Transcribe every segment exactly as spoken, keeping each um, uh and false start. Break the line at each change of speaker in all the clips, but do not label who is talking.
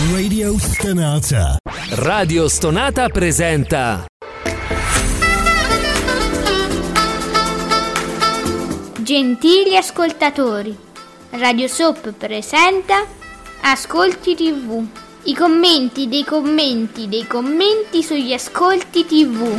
Radio Stonata.
Radio Stonata presenta
Gentili ascoltatori, Radio Soap presenta Ascolti tivù. I commenti dei commenti dei commenti sugli ascolti tivù.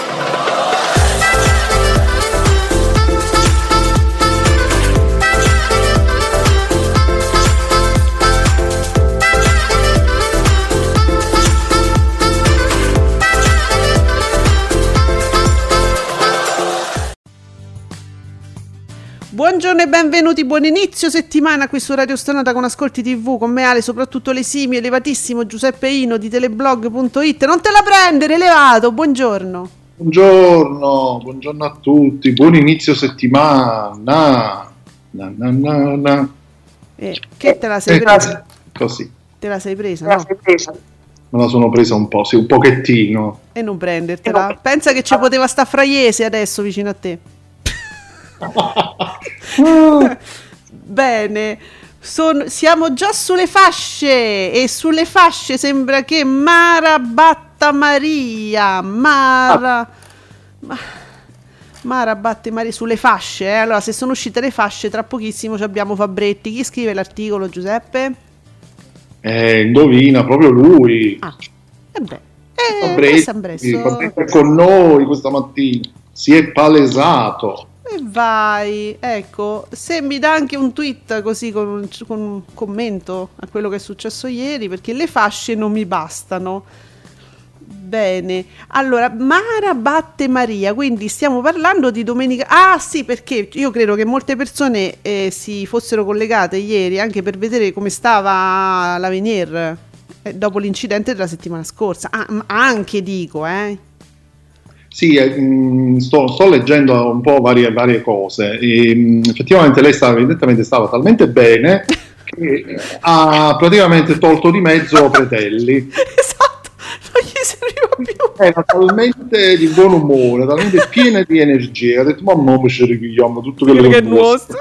Buongiorno e benvenuti, buon inizio settimana qui su Radio Stonata con Ascolti tivù, con me Ale, soprattutto l'esimio, elevatissimo Giuseppe Ino di teleblog punto it. Non te la prendere, elevato, buongiorno.
Buongiorno, buongiorno a tutti, buon inizio settimana. Na, na, na, na.
Eh, che te la sei presa?
Così.
Te la sei presa,
Te la
no?
sei presa. Me la sono presa un po', sì, un pochettino.
E non prendertela. Pensa che ci poteva sta Fraiese adesso vicino a te. Bene, Son, siamo già sulle fasce e sulle fasce sembra che Mara batta Maria. Mara Ma, Mara batte Maria sulle fasce, eh? Allora, se sono uscite le fasce, tra pochissimo ci abbiamo Fabretti. Chi scrive l'articolo, Giuseppe?
Eh, indovina, proprio lui.
Ah, e beh, eh,
Fabretti, Fabretti è con noi questa mattina, si è palesato.
E vai, ecco, se mi dà anche un tweet così con un, con un commento a quello che è successo ieri, perché le fasce non mi bastano. Bene, allora Mara batte Maria, quindi stiamo parlando di domenica. Ah sì, perché io credo che molte persone eh, si fossero collegate ieri anche per vedere come stava la Venier eh, dopo l'incidente della settimana scorsa. Ah, anche dico, eh.
Sì, eh, sto, sto leggendo un po' varie, varie cose e mh, effettivamente lei stava, evidentemente stava talmente bene che ha praticamente tolto di mezzo Pretelli.
Esatto, non gli serviva più.
Era talmente di buon umore, talmente piena di energia, ha detto ma non ci ripigliamo tutto quello che è nostro.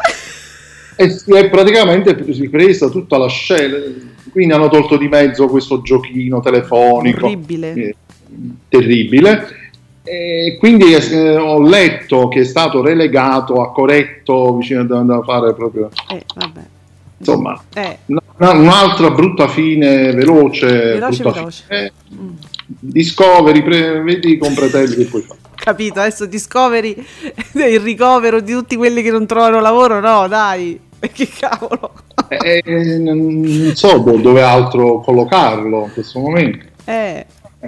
E si è praticamente presa tutta la scena, quindi hanno tolto di mezzo questo giochino telefonico.
Terribile.
Eh, terribile. E quindi eh, ho letto che è stato relegato a Coretto vicino da, da fare proprio
eh, vabbè.
Insomma
eh.
una, un'altra brutta fine veloce,
veloce,
brutta
veloce.
Fine. Eh, mm. Discovery, pre, vedi con Pretelli che puoi fare.
Capito, adesso Discovery il ricovero di tutti quelli che non trovano lavoro, no dai, che cavolo.
eh, eh, non so dove altro collocarlo in questo momento.
eh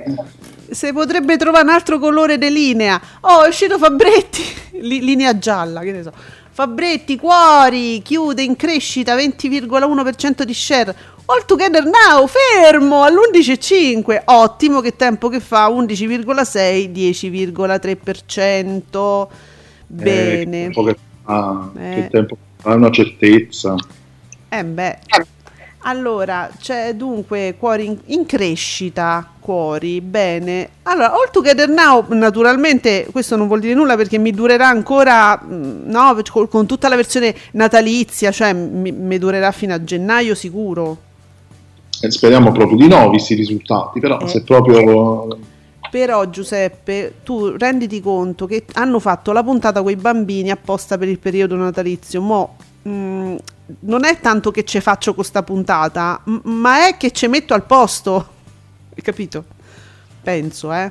Se potrebbe trovare un altro colore di linea. Oh, è uscito Fabretti, Li- linea gialla, che ne so. Fabretti, cuori, chiude in crescita venti virgola uno per cento di share. All together now, fermo all'undici virgola cinque. Ottimo, che tempo che fa? undici virgola sei, dieci virgola tre per cento. Bene.
Eh, che, ah,
eh.
che tempo fa, una certezza.
Eh beh. Allora, c'è dunque cuori in, in crescita, cuori, bene. Allora, All Together Now, naturalmente, questo non vuol dire nulla perché mi durerà ancora, no, con, con tutta la versione natalizia, cioè mi, mi durerà fino a gennaio sicuro.
Eh, speriamo proprio di no, visti i risultati, però eh. se proprio...
Però Giuseppe, tu renditi conto che hanno fatto la puntata con i bambini apposta per il periodo natalizio, mo... Mm, non è tanto che ci faccio questa puntata, m- ma è che ci metto al posto, hai capito? Penso, eh.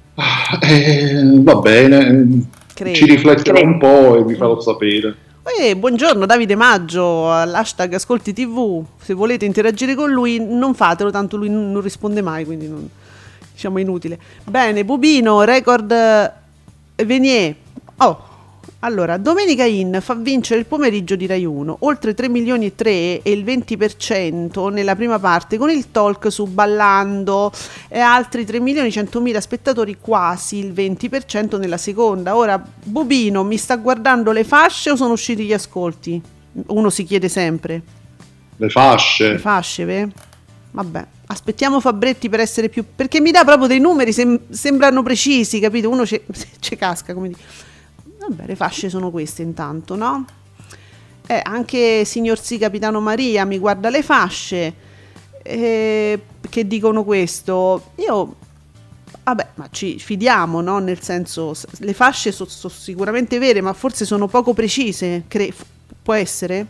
eh va bene, Credo. Ci rifletterò un po' e vi farò sapere.
Eh, buongiorno Davide Maggio, all'hashtag Ascolti tivù, se volete interagire con lui non fatelo, tanto lui non, non risponde mai, quindi non, diciamo inutile. Bene, Bubino, record Venier. Oh, allora, Domenica In fa vincere il pomeriggio di Rai uno, oltre tre milioni e tre e il venti per cento nella prima parte con il talk su Ballando e altri tre milioni centomila spettatori, quasi il venti per cento nella seconda. Ora, Bubino, mi sta guardando le fasce o sono usciti gli ascolti? Uno si chiede sempre.
Le fasce.
Le fasce, beh? Vabbè, aspettiamo Fabretti per essere più... perché mi dà proprio dei numeri, sem- sembrano precisi, capito? Uno ci casca, come dire. Vabbè, le fasce sono queste intanto, no? Eh, anche signor sì, Capitano Maria mi guarda le fasce. eh, che dicono questo. Io, vabbè, ma ci fidiamo, no? Nel senso, le fasce sono so sicuramente vere, ma forse sono poco precise, cre può essere?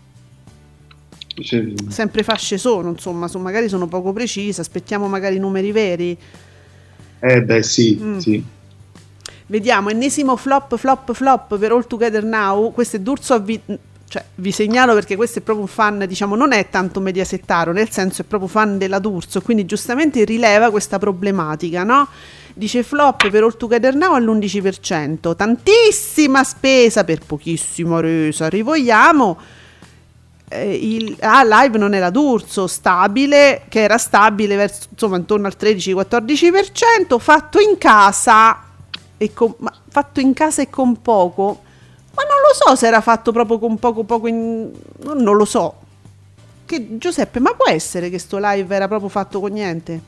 Sì.
Sempre fasce sono, insomma, so, magari sono poco precise, aspettiamo magari numeri veri.
Eh beh sì,
mm.
sì.
Vediamo, ennesimo flop, flop, flop per All Together Now. Questo è D'Urso a vi cioè, vi segnalo perché questo è proprio un fan, diciamo, non è tanto mediasettaro, nel senso è proprio fan della D'Urso, quindi giustamente rileva questa problematica, no? Dice flop per All Together Now all'undici per cento, tantissima spesa per pochissima resa, rivogliamo. Eh, il, ah, live non era D'Urso, stabile, che era stabile verso, insomma, intorno al tredici quattordici per cento, fatto in casa e con, ma, fatto in casa e con poco. Ma non lo so se era fatto proprio con poco poco in... non lo so. Che, Giuseppe, ma può essere che sto live era proprio fatto con niente?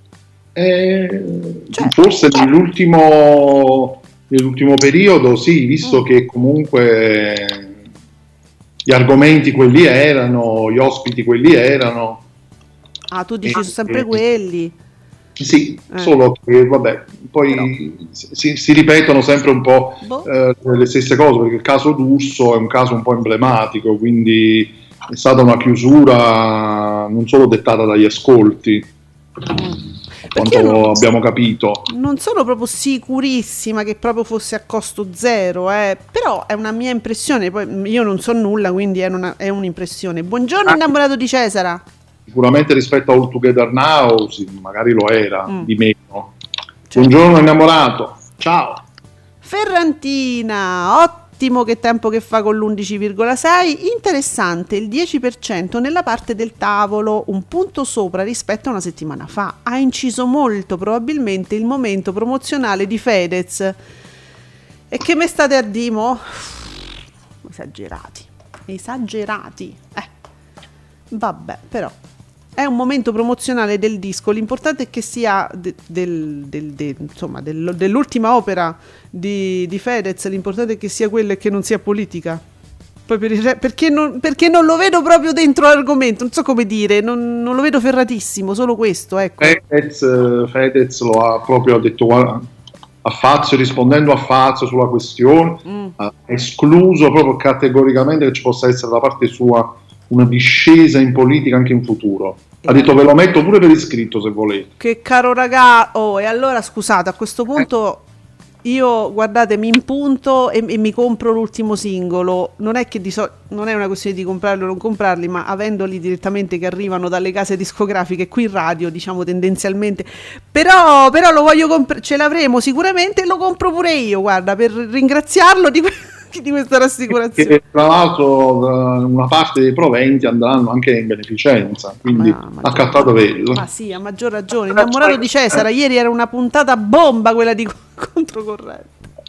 Eh, cioè, forse nell'ultimo nell'ultimo periodo sì, visto mm. che comunque gli argomenti quelli erano, gli ospiti quelli erano.
Ah, tu dici eh, sempre eh, quelli.
Sì, eh. solo che vabbè, poi si, si ripetono sempre un po' boh. eh, le stesse cose, perché il caso D'Urso è un caso un po' emblematico, quindi è stata una chiusura non solo dettata dagli ascolti, mm. quanto non, abbiamo capito.
Non sono proprio sicurissima che proprio fosse a costo zero, eh, però è una mia impressione, poi io non so nulla, quindi è un'impressione. Un Buongiorno ah. innamorato di Cesara.
Sicuramente rispetto a All Together Now sì, magari lo era, mm. di meno. Certo. Buongiorno innamorato, ciao.
Ferrantina, ottimo, che tempo che fa con l'undici virgola sei, interessante il dieci per cento nella parte del tavolo, un punto sopra rispetto a una settimana fa. Ha inciso molto probabilmente il momento promozionale di Fedez. E che me state a dimo? Esagerati, esagerati, eh. Vabbè, però è un momento promozionale del disco, l'importante è che sia de, del, del, de, insomma, del, dell'ultima opera di, di Fedez, l'importante è che sia quello e che non sia politica. Poi per il, perché, non, perché non lo vedo proprio dentro l'argomento, non so come dire, non, non lo vedo ferratissimo, solo questo, ecco.
Fedez, Fedez lo ha proprio detto a Fazio, rispondendo a Fazio sulla questione, mm. ha escluso proprio categoricamente che ci possa essere da parte sua una discesa in politica anche in futuro. Ha detto ve lo metto pure per iscritto se volete.
Che caro ragazzo, oh, e allora scusate, a questo punto io, guardate, mi impunto e, e mi compro l'ultimo singolo. Non è che di so non è una questione di comprarli o non comprarli, ma avendoli direttamente che arrivano dalle case discografiche qui in radio, diciamo tendenzialmente, però, però lo voglio comprare, ce l'avremo sicuramente e lo compro pure io, guarda, per ringraziarlo di questo. Di questa rassicurazione.
Che, tra l'altro una parte dei proventi andranno anche in beneficenza, quindi ha accattato quello.
Ma sì, a maggior ragione. Innamorato di Cesara, ieri era una puntata bomba quella di Controcorrente.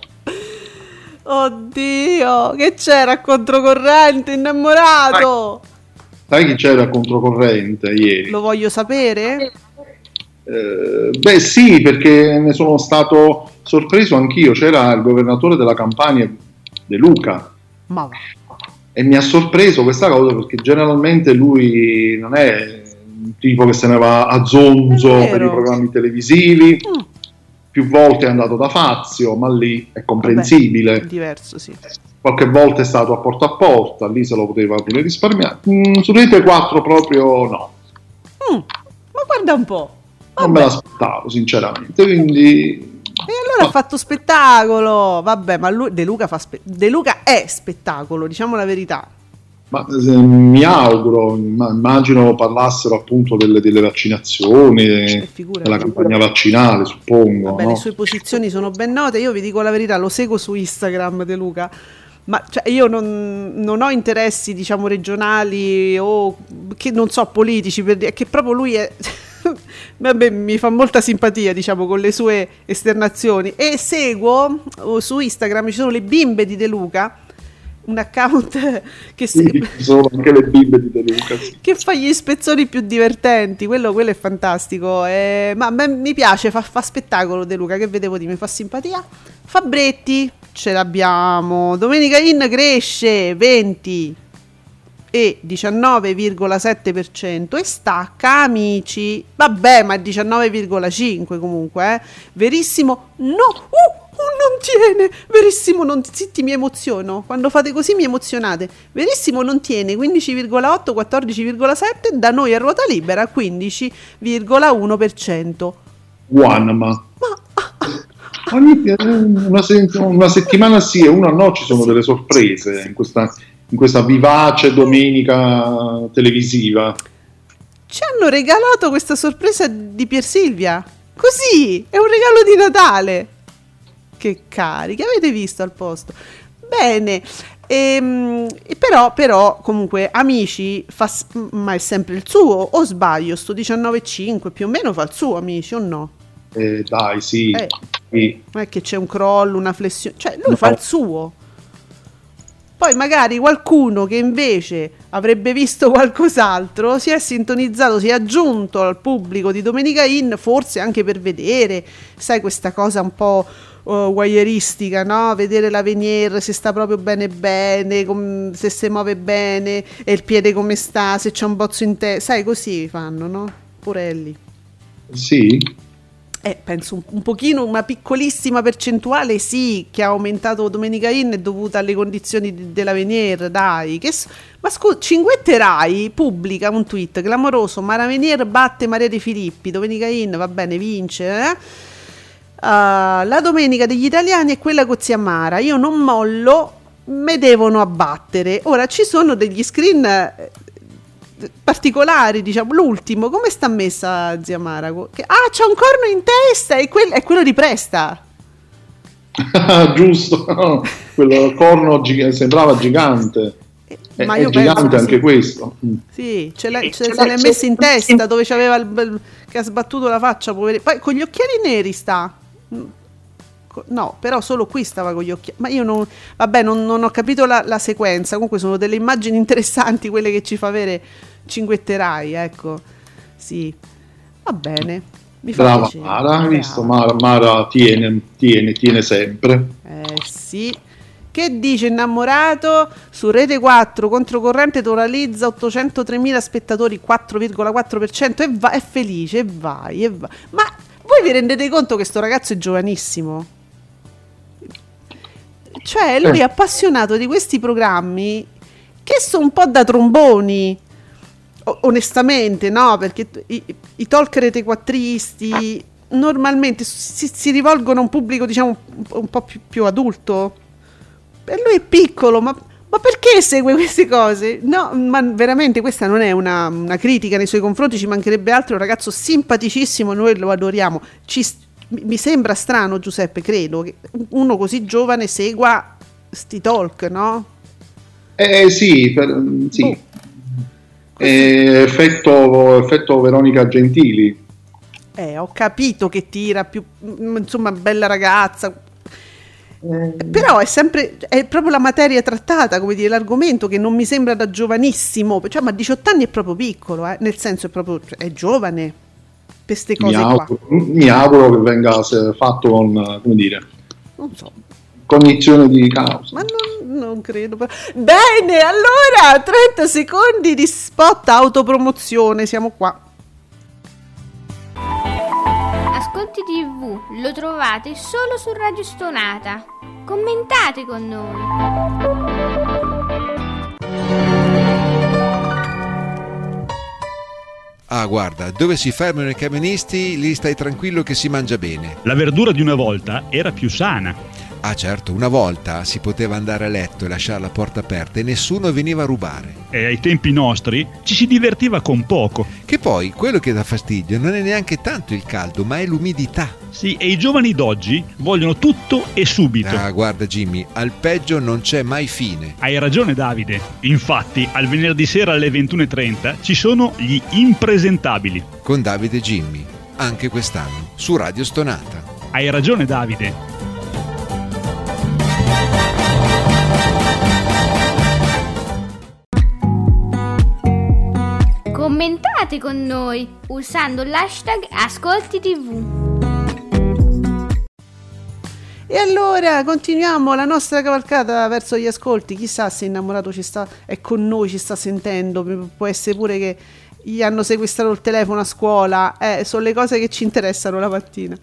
Oddio, che c'era a Controcorrente, innamorato?
Sai chi c'era a Controcorrente ieri?
Lo voglio sapere?
Eh, beh sì, perché ne sono stato sorpreso anch'io. C'era il governatore della Campania De Luca,
ma
e mi ha sorpreso questa cosa perché generalmente lui non è un tipo che se ne va a zonzo per i programmi televisivi, mm. più volte è andato da Fazio, ma lì è comprensibile.
Vabbè, diverso, sì.
Qualche volta è stato a porta a porta, lì se lo poteva pure risparmiare. Mm, su Rete quattro proprio no.
Mm. Ma guarda un po'. Vabbè.
Non me l'aspettavo sinceramente, quindi...
E allora ha fatto spettacolo, vabbè, ma lui, De Luca fa spe De Luca è spettacolo, diciamo la verità.
Ma eh, mi auguro, immagino parlassero appunto delle, delle vaccinazioni, eh, della campagna vaccinale, suppongo.
Vabbè,
no?
Le sue posizioni sono ben note, io vi dico la verità, lo seguo su Instagram De Luca, ma cioè, io non, non ho interessi, diciamo, regionali o che non so, politici, per dire, che proprio lui è... Vabbè, mi fa molta simpatia, diciamo, con le sue esternazioni, e seguo su Instagram, ci sono le bimbe di De Luca, un account che
sì, ci sono anche le bimbe di De Luca, sì.
Che fa gli spezzoni più divertenti, quello, quello è fantastico, eh, ma a me mi piace, fa, fa spettacolo De Luca, che vedevo di me, fa simpatia. Fabretti ce l'abbiamo, Domenica In cresce venti, e diciannove virgola sette per cento e stacca Amici, vabbè, ma diciannove virgola cinque comunque, eh. Verissimo, no, uh, oh, non tiene, Verissimo non, zitti, mi emoziono, quando fate così mi emozionate, Verissimo non tiene, quindici virgola otto, quattordici virgola sette, da noi a ruota libera quindici virgola uno per cento.
One, ma... ma... Ogni, una, se- una settimana sì e una no ci sono delle sorprese in questa, in questa vivace domenica televisiva.
Ci hanno regalato questa sorpresa di Pier Silvia, così, è un regalo di Natale. Che cari, che avete visto al posto? Bene, ehm, però, però comunque Amici fa, ma è sempre il suo, o sbaglio? Sto diciannove virgola cinque più o meno fa il suo Amici o no?
Eh, dai, sì,
eh,
sì.
Non è che c'è un crollo, una flessione, cioè lui no. fa il suo. Poi magari qualcuno che invece avrebbe visto qualcos'altro si è sintonizzato, si è aggiunto al pubblico di Domenica In, forse anche per vedere, sai, questa cosa un po' uh, voyeuristica, no? Vedere la Venier, se sta proprio bene bene, com- se si muove bene, e il piede come sta, se c'è un bozzo in testa, sai, così fanno, no? Purelli.
Sì.
Eh, penso un, un pochino, una piccolissima percentuale sì, che ha aumentato Domenica In è dovuta alle condizioni de- della Venier, dai. Che s- ma scusa, Cinguette Rai pubblica un tweet clamoroso, Mara Venier batte Maria De Filippi, Domenica In, va bene, vince, eh? uh, la domenica degli italiani è quella con zia Mara, io non mollo, me devono abbattere. Ora ci sono degli screen... Eh, particolari, diciamo. L'ultimo, come sta messa zia Mara? Che, ah, c'ha un corno in testa, e quel, è quello di Presta.
Giusto, quello corno gig- sembrava gigante. Eh, ma è, io è gigante anche sì. Questo.
Sì, ce l'ha, ce, se l'è messo in testa dove c'aveva il, il, che ha sbattuto la faccia, poveri. Poi con gli occhiali neri sta. No, però solo qui stava con gli occhiali. Ma io non, vabbè, non, non ho capito la, la sequenza. Comunque sono delle immagini interessanti quelle che ci fa avere Cinguette Rai, ecco. Sì, va bene. Mi fa
brava
piacere.
Mara, hai visto? Mara, Mara tiene, tiene, tiene sempre.
Eh sì. Che dice Innamorato? Su Rete quattro controcorrente totalizza ottocentotremila spettatori, quattro virgola quattro per cento, e va, è felice, e vai, e vai. Ma voi vi rendete conto che sto ragazzo è giovanissimo? Cioè lui è appassionato di questi programmi che sono un po' da tromboni, o- onestamente, no? Perché i, i talk retequattristi normalmente si, si rivolgono a un pubblico, diciamo, un, un po' più, più adulto. E lui è piccolo, ma, ma perché segue queste cose? No, ma veramente questa non è una, una critica nei suoi confronti, ci mancherebbe altro, è un ragazzo simpaticissimo, noi lo adoriamo. Ci Mi sembra strano, Giuseppe, credo, che uno così giovane segua sti talk, no?
Eh sì, per, sì.
Oh.
Eh, effetto, effetto Veronica Gentili.
Eh, ho capito che tira più, insomma, bella ragazza. Eh. Però è sempre, è proprio la materia trattata, come dire, l'argomento che non mi sembra da giovanissimo, cioè, ma a diciotto anni è proprio piccolo, eh, nel senso è proprio, cioè, è giovane. Per queste cose
mi auguro,
qua.
Mi auguro che venga fatto con, come dire,
non so,
cognizione di causa.
ma non, non credo. Bene, allora trenta secondi di spot autopromozione, siamo qua.
Ascolti tivù lo trovate solo su Radio Stonata. Commentate con noi.
Ah, guarda, dove si fermano i camionisti, lì stai tranquillo che si mangia bene.
La verdura di una volta era più sana.
Ah, certo, una volta si poteva andare a letto e lasciare la porta aperta e nessuno veniva a rubare.
E ai tempi nostri ci si divertiva con poco.
Che poi, quello che dà fastidio non è neanche tanto il caldo, ma è l'umidità.
Sì, e i giovani d'oggi vogliono tutto e subito.
Ah, guarda Jimmy, al peggio non c'è mai fine.
Hai ragione Davide. Infatti, al venerdì sera alle ventuno e trenta ci sono gli impresentabili.
Con Davide e Jimmy, anche quest'anno, su Radio Stonata.
Hai ragione Davide.
Commentate con noi usando l'hashtag Ascolti tivù.
E allora continuiamo la nostra cavalcata verso gli ascolti. Chissà se innamorato ci sta, è con noi, ci sta sentendo. Può essere pure che gli hanno sequestrato il telefono a scuola. Eh, sono le cose che ci interessano la mattina.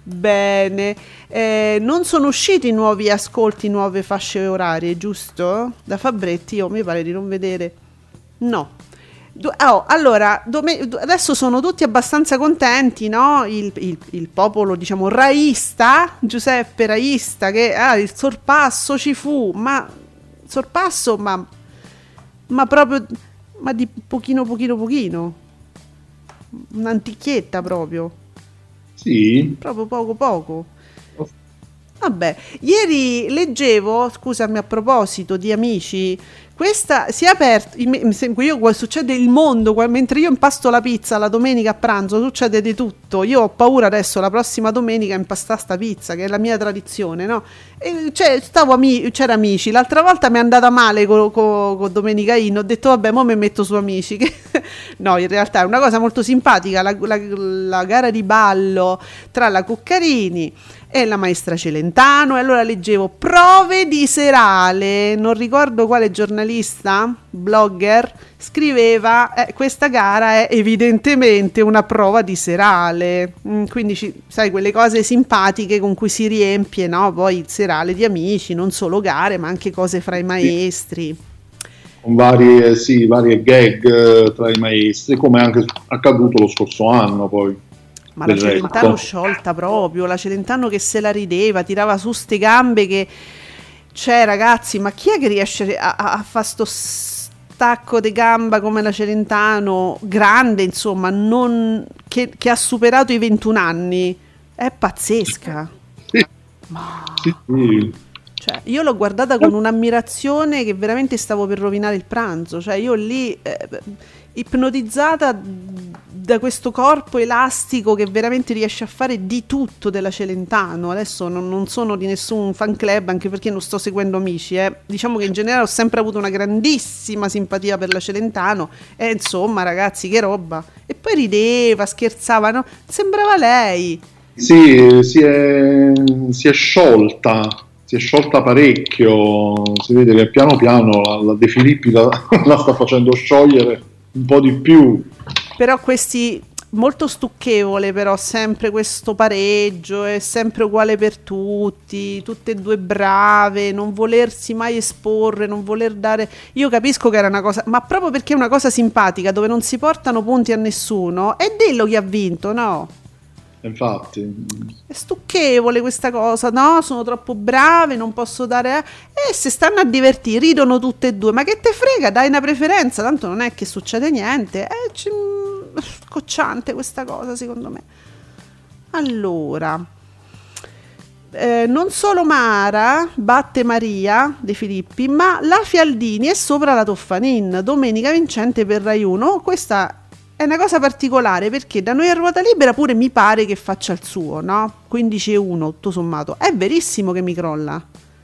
Bene, eh, non sono usciti nuovi ascolti, nuove fasce orarie, giusto? Da Fabretti io mi pare di non vedere. No. Oh, allora, dome- adesso sono tutti abbastanza contenti, no? Il, il, il popolo, diciamo, raista, Giuseppe Raista, che ah, il sorpasso ci fu, ma sorpasso, ma, ma proprio, ma di pochino, pochino, pochino, un'antichietta proprio.
Sì.
Proprio poco, poco. Vabbè, ieri leggevo, scusami, a proposito di Amici, questa si è aperta, io succede il mondo, mentre io impasto la pizza la domenica a pranzo succede di tutto, io ho paura adesso la prossima domenica impastare sta pizza che è la mia tradizione, no? E cioè, stavo ami- c'era Amici, l'altra volta mi è andata male con co, co Domenica In, ho detto vabbè mo mi metto su Amici, che no, in realtà è una cosa molto simpatica, la, la, la gara di ballo tra la Cuccarini e la maestra Celentano, e allora leggevo prove di serale, non ricordo quale giornalista, blogger, scriveva eh, questa gara è evidentemente una prova di serale, mm, quindi ci, sai, quelle cose simpatiche con cui si riempie, no? Poi il serale di Amici, non solo gare ma anche cose fra i maestri.
Con varie, sì, varie gag tra i maestri, come anche accaduto lo scorso anno poi.
Ma la Celentano sciolta proprio, la Celentano che se la rideva, tirava su ste gambe che... Cioè ragazzi, ma chi è che riesce a, a, a fare sto stacco di gamba come la Celentano? Grande, insomma, non, che, che ha superato i ventuno anni. È pazzesca.
Sì.
Ma...
Sì, sì.
Cioè, io l'ho guardata con un'ammirazione che veramente stavo per rovinare il pranzo. Cioè, io lì... Eh, ipnotizzata da questo corpo elastico che veramente riesce a fare di tutto della Celentano. Adesso non, non sono di nessun fan club, anche perché non sto seguendo Amici, eh. Diciamo che in generale ho sempre avuto una grandissima simpatia per la Celentano e insomma ragazzi, che roba. E poi rideva, scherzava, no? Sembrava lei.
Sì, si è, si è sciolta si è sciolta parecchio, si vede che piano piano la, la De Filippi la, la sta facendo sciogliere un po' di più.
Però questi, molto stucchevole però sempre questo pareggio, è sempre uguale per tutti, tutte e due brave, non volersi mai esporre, non voler dare... Io capisco che era una cosa, ma proprio perché è una cosa simpatica dove non si portano punti a nessuno, è Dello che ha vinto, no?
Infatti
è stucchevole questa cosa, no? Sono troppo brave, non posso dare e eh, se stanno a divertire, ridono tutte e due, ma che te frega, dai una preferenza, tanto non è che succede niente. È c- scocciante questa cosa secondo me. Allora eh, non solo Mara batte Maria De Filippi, ma la Fialdini è sopra la Toffanin, domenica vincente per Rai uno. Questa è una cosa particolare perché da Noi a Ruota Libera pure mi pare che faccia il suo, no? quindici e uno tutto sommato. È verissimo che mi crolla.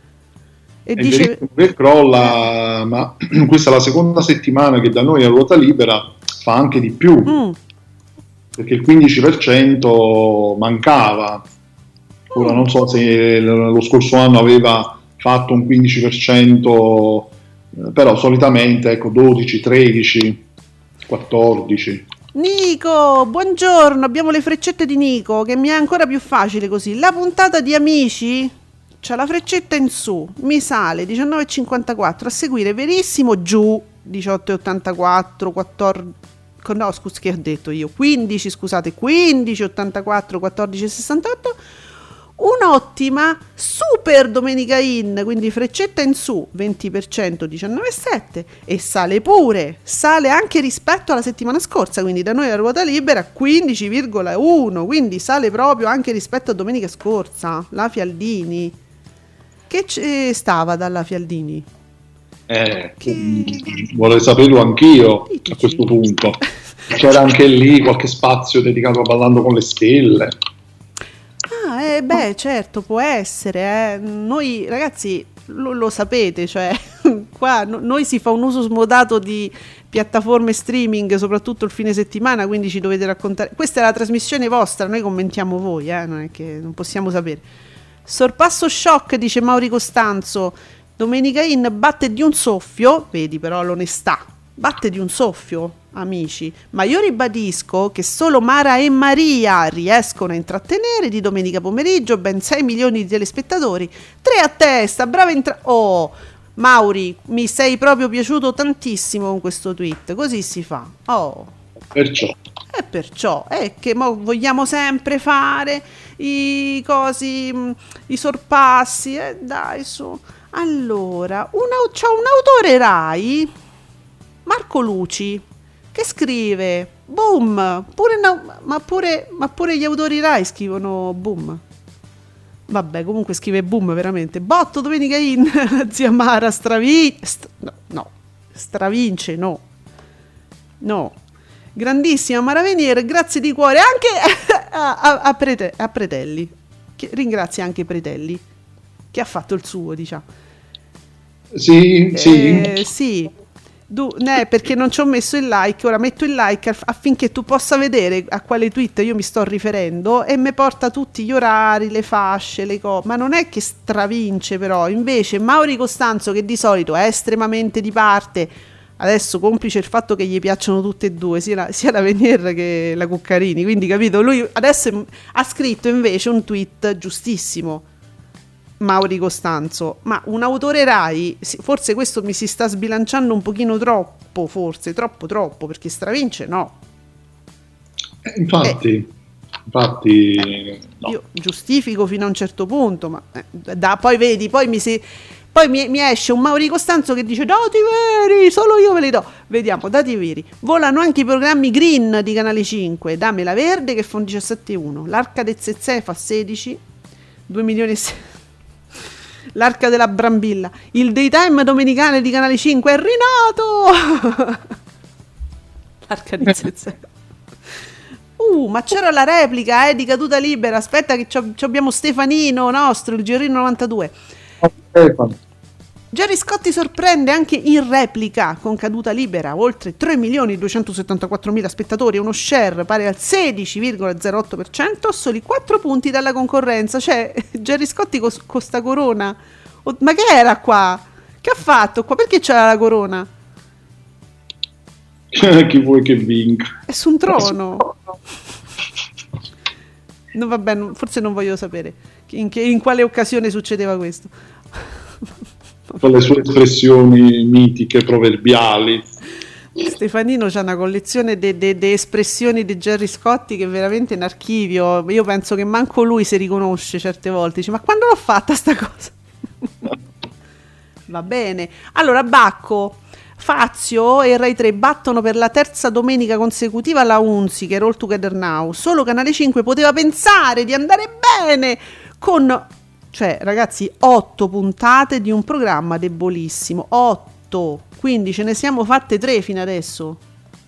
E
è
dice
che crolla, ma questa è la seconda settimana che da Noi a Ruota Libera fa anche di più. Mm. Perché il quindici per cento mancava. Ora mm. non so se lo scorso anno aveva fatto un quindici per cento, però solitamente ecco dodici, tredici, quattordici.
Nico, buongiorno, abbiamo le freccette di Nico che mi è ancora più facile così. La puntata di Amici c'ha la freccetta in su, mi sale diciannove e cinquantaquattro, a seguire Verissimo giù diciotto e ottantaquattro, quattordici, no scusa che ho detto io, quindici scusate, quindici e ottantaquattro, quattordici e sessantotto. Un'ottima super Domenica In, quindi freccetta in su venti per cento, diciannove virgola sette, e sale pure, sale anche rispetto alla settimana scorsa, quindi da Noi a Ruota Libera quindici virgola uno, quindi sale proprio anche rispetto a domenica scorsa. La Fialdini, che c- stava dalla Fialdini?
Eh, che... vorrei saperlo anch'io. Ditici. A questo punto c'era anche lì qualche spazio dedicato a Ballando con le Stelle.
Ah, eh, beh, certo, può essere. Eh. Noi, ragazzi, lo, lo sapete, cioè, qua no, noi si fa un uso smodato di piattaforme streaming, soprattutto il fine settimana, quindi ci dovete raccontare. Questa è la trasmissione vostra, noi commentiamo voi, eh, non è che non possiamo sapere. Sorpasso shock, dice Mauri Costanzo. Domenica In batte di un soffio, vedi però l'onestà, batte di un soffio, amici, ma io ribadisco che solo Mara e Maria riescono a intrattenere di domenica pomeriggio ben sei milioni di telespettatori, tre a testa, brava entra... Oh, Mauri, mi sei proprio piaciuto tantissimo con questo tweet, così si fa. Oh.
Perciò.
E perciò è che mo vogliamo sempre fare i cosi, i sorpassi, eh, dai su. Allora, un, c'ho un autore Rai, Marco Luci, che scrive boom, pure no, ma, pure, ma pure gli autori Rai scrivono boom. Vabbè, comunque scrive boom veramente. Botto Domenica In, zia Mara stravi, st- no, no, stravince, no. No. Grandissima Mara Venier, grazie di cuore anche a, a, a, Prete, a Pretelli. Che ringrazia anche Pretelli, che ha fatto il suo, diciamo.
Sì, sì.
Eh, sì. Du, né, perché non ci ho messo il like, ora metto il like affinché tu possa vedere a quale tweet io mi sto riferendo e mi porta tutti gli orari, le fasce, le cose, ma non è che stravince però, invece Mauri Costanzo, che di solito è estremamente di parte, adesso complice il fatto che gli piacciono tutte e due, sia la, sia la Venier che la Cuccarini, quindi capito, lui adesso ha scritto invece un tweet giustissimo, Mauri Costanzo, ma un autore Rai, forse questo mi si sta sbilanciando un pochino troppo, forse troppo troppo, perché stravince no.
Eh, infatti, eh, infatti
eh,
no.
Io giustifico fino a un certo punto, ma eh, da, poi vedi, poi mi si poi mi, mi esce un Mauri Costanzo che dice dati veri, solo io ve li do. Vediamo, dati veri. Volano anche i programmi green di Canale cinque, Damela Verde che fa un diciassette virgola uno, l'Arca del Zezè fa sedici, due milioni e sei. L'Arca della Brambilla, il daytime domenicale di Canale cinque è rinato. L'Arca di Zezè. Uh, ma c'era la replica eh, di Caduta Libera. Aspetta che abbiamo Stefanino nostro, il Gerino novantadue.
Oh, Stefano.
Gerry Scotti sorprende anche in replica con Caduta Libera, oltre tre milioni duecentosettantaquattromila spettatori, uno share pari al sedici virgola zero otto per cento, soli quattro punti dalla concorrenza. Cioè Gerry Scotti con co sta corona, oh, ma che era qua? Che ha fatto qua? Perché c'era la corona?
Chi vuoi che vinca?
È su un trono. No, vabbè, forse non voglio sapere in, che, in quale occasione succedeva questo.
Con le sue espressioni mitiche, proverbiali.
Stefanino c'ha una collezione di de, de espressioni di Gerry Scotti che è veramente in archivio. Io penso che manco lui si riconosce certe volte. Dice, ma quando l'ho fatta sta cosa? Va bene. Allora, Bacco, Fazio e Rai tre battono per la terza domenica consecutiva la Unziker, All Together Now. Solo Canale cinque poteva pensare di andare bene con... Cioè, ragazzi, otto puntate di un programma debolissimo. Otto. Quindi ce ne siamo fatte tre fino adesso.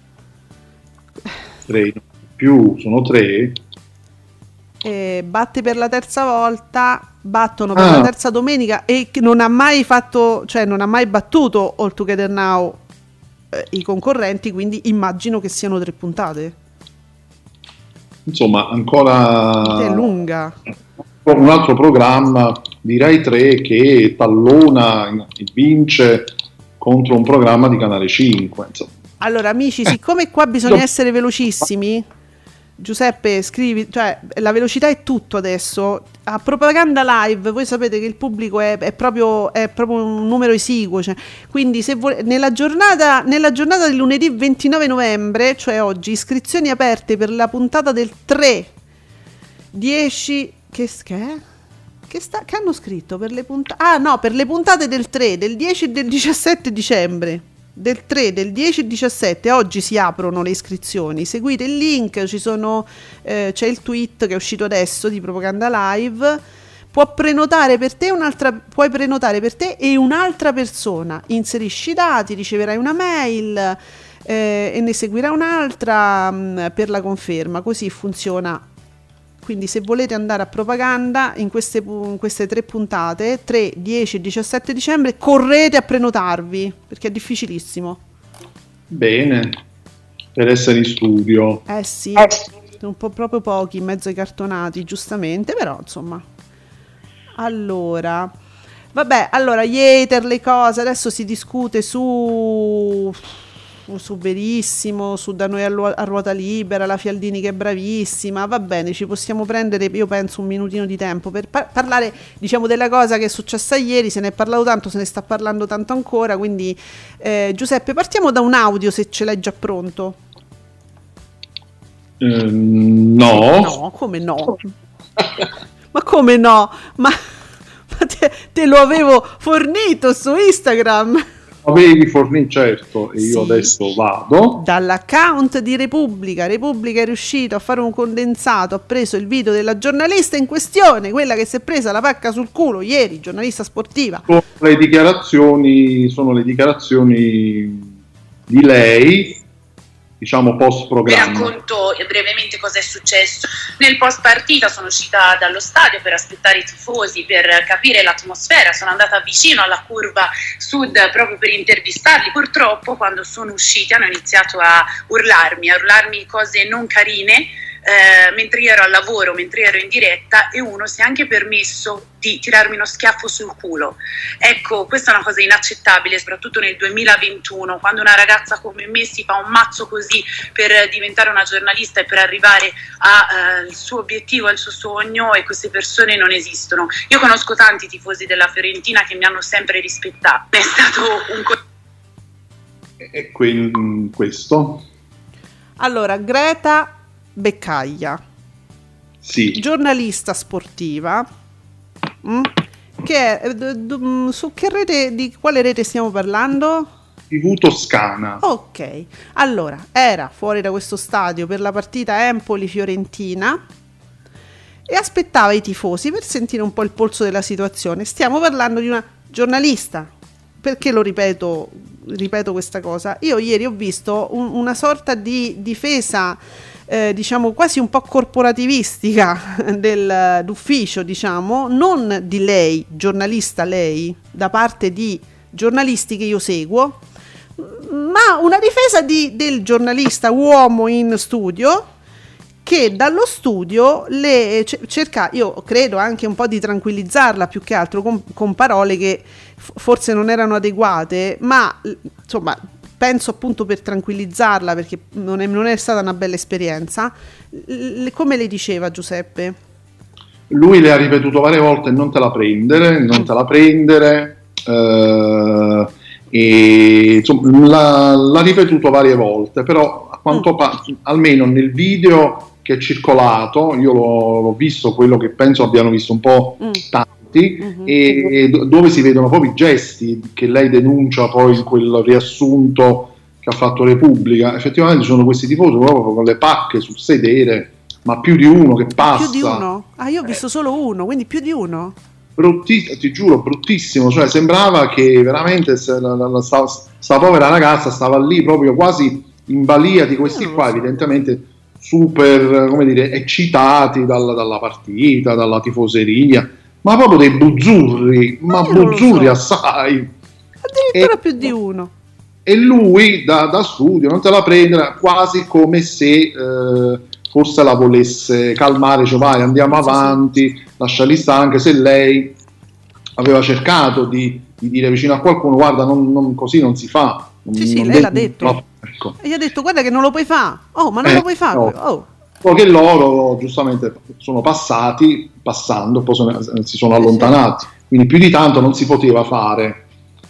Tre. Più, sono tre.
E batte per la terza volta. Battono per
ah.
la terza domenica. E non ha mai fatto, cioè non ha mai battuto All Together Now eh, i concorrenti. Quindi immagino che siano tre puntate.
Insomma, ancora...
È lunga.
Un altro programma di Rai tre che tallona e vince contro un programma di Canale cinque. Insomma.
Allora, amici, siccome qua bisogna essere velocissimi, Giuseppe, scrivi, cioè la velocità è tutto adesso. A Propaganda Live, voi sapete che il pubblico è, è, proprio, è proprio un numero esiguo. Cioè, quindi, se vo- nella, giornata, nella giornata del lunedì ventinove novembre, cioè oggi, iscrizioni aperte per la puntata del tre, dieci. Che, che, che, sta, che hanno scritto per le puntate? Ah no, per le puntate del tre, del dieci e del diciassette dicembre. Del tre, del dieci e diciassette. Oggi si aprono le iscrizioni. Seguite il link, ci sono, eh, c'è il tweet che è uscito adesso di Propaganda Live. Può prenotare per te un'altra, puoi prenotare per te e un'altra persona. Inserisci i dati, riceverai una mail eh, e ne seguirà un'altra mh, per la conferma. Così funziona. Quindi se volete andare a Propaganda in queste, in queste tre puntate, tre, dieci e diciassette dicembre, correte a prenotarvi, perché è difficilissimo.
Bene, per essere in studio.
Eh sì, sono un po' proprio pochi in mezzo ai cartonati, giustamente, però insomma. allora, vabbè, allora gli hater, le cose, adesso si discute su su Verissimo, su Da Noi a, Lu- a Ruota Libera, la Fialdini che è bravissima, va bene, ci possiamo prendere, io penso, un minutino di tempo per par- parlare, diciamo, della cosa che è successa ieri. Se ne è parlato tanto, se ne sta parlando tanto ancora, quindi eh, Giuseppe, partiamo da un audio, se ce l'hai già pronto.
Um, no.
No, come no? Ma come no? Ma, ma te, te lo avevo fornito su Instagram.
Avevi fornito, certo, e io
Sì.
adesso vado.
Dall'account di Repubblica, Repubblica è riuscito a fare un condensato, ha preso il video della giornalista in questione, quella che si è presa la pacca sul culo ieri, giornalista sportiva.
Sono le dichiarazioni, sono le dichiarazioni di lei, diciamo post
Vi
programma.
racconto brevemente cosa è successo. Nel post partita sono uscita dallo stadio per aspettare i tifosi, per capire l'atmosfera, sono andata vicino alla curva sud proprio per intervistarli. Purtroppo quando sono usciti hanno iniziato a urlarmi, a urlarmi cose non carine, eh, mentre io ero al lavoro, mentre io ero in diretta, e uno si è anche permesso di tirarmi uno schiaffo sul culo. Ecco, questa è una cosa inaccettabile, soprattutto nel duemilaventuno, quando una ragazza come me si fa un mazzo così per diventare una giornalista e per arrivare al eh, suo obiettivo, al suo sogno, e queste persone non esistono. Io conosco tanti tifosi della Fiorentina che mi hanno sempre rispettato. È stato un co-
E que- questo?
Allora, Greta Beccaglia,
Sì.
giornalista sportiva, mm, che è, d- d- su che rete, di quale rete stiamo parlando?
tivù Toscana.
Ok, allora, era fuori da questo stadio per la partita Empoli-Fiorentina e aspettava i tifosi per sentire un po' il polso della situazione. Stiamo parlando di una giornalista. Perché lo ripeto, ripeto questa cosa? Io ieri ho visto un- una sorta di difesa, eh, diciamo quasi un po' corporativistica del, d'ufficio, diciamo, non di lei, giornalista lei, da parte di giornalisti che io seguo, ma una difesa di, del giornalista uomo in studio, che dallo studio le c- cerca, io credo, anche un po' di tranquillizzarla, più che altro con, con parole che f- forse non erano adeguate, ma l- insomma penso appunto per tranquillizzarla, perché non è, non è stata una bella esperienza. L- come le diceva Giuseppe?
Lui le ha ripetuto varie volte: non te la prendere, non te la prendere, eh, e insomma l'ha, l'ha ripetuto varie volte, però a quanto
Mm.
pa- almeno nel video che è circolato, io l'ho, l'ho visto, quello che penso abbiano visto un po'
Mm.
tanti,
Mhm.
e, e do- dove si vedono proprio i gesti che lei denuncia poi in quel riassunto che ha fatto Repubblica. Effettivamente ci sono questi tifosi proprio con le pacche sul sedere, ma più di uno che passa.
Più di uno? Ah, io ho visto solo uno, quindi più di uno?
Brutti- ti giuro, bruttissimo, cioè sembrava che veramente se la, la, la, sta, sta povera ragazza stava lì proprio quasi in balia di questi
Io non
qua,
lo so.
evidentemente super, come dire, eccitati dalla, dalla partita, dalla tifoseria, ma proprio dei buzzurri, ma
io non lo
buzzurri
so.
assai.
Addirittura
E-
più di uno.
E lui da, da studio non te la prendere, quasi come se eh, forse la volesse calmare, cioè vai, andiamo
Sì, sì.
avanti, lasciali stare, anche se lei aveva cercato di, di dire vicino a qualcuno: guarda, non, non- così non si fa. Non-
Sì, sì,
non
lei
devi-
l'ha detto.
no, ecco.
E gli ha detto: guarda che non lo puoi fare. Oh, ma non
Eh,
lo puoi fare.
no.
Oh.
Poi che loro giustamente sono passati, passando, poi sono- si sono allontanati, quindi più di tanto non si poteva fare.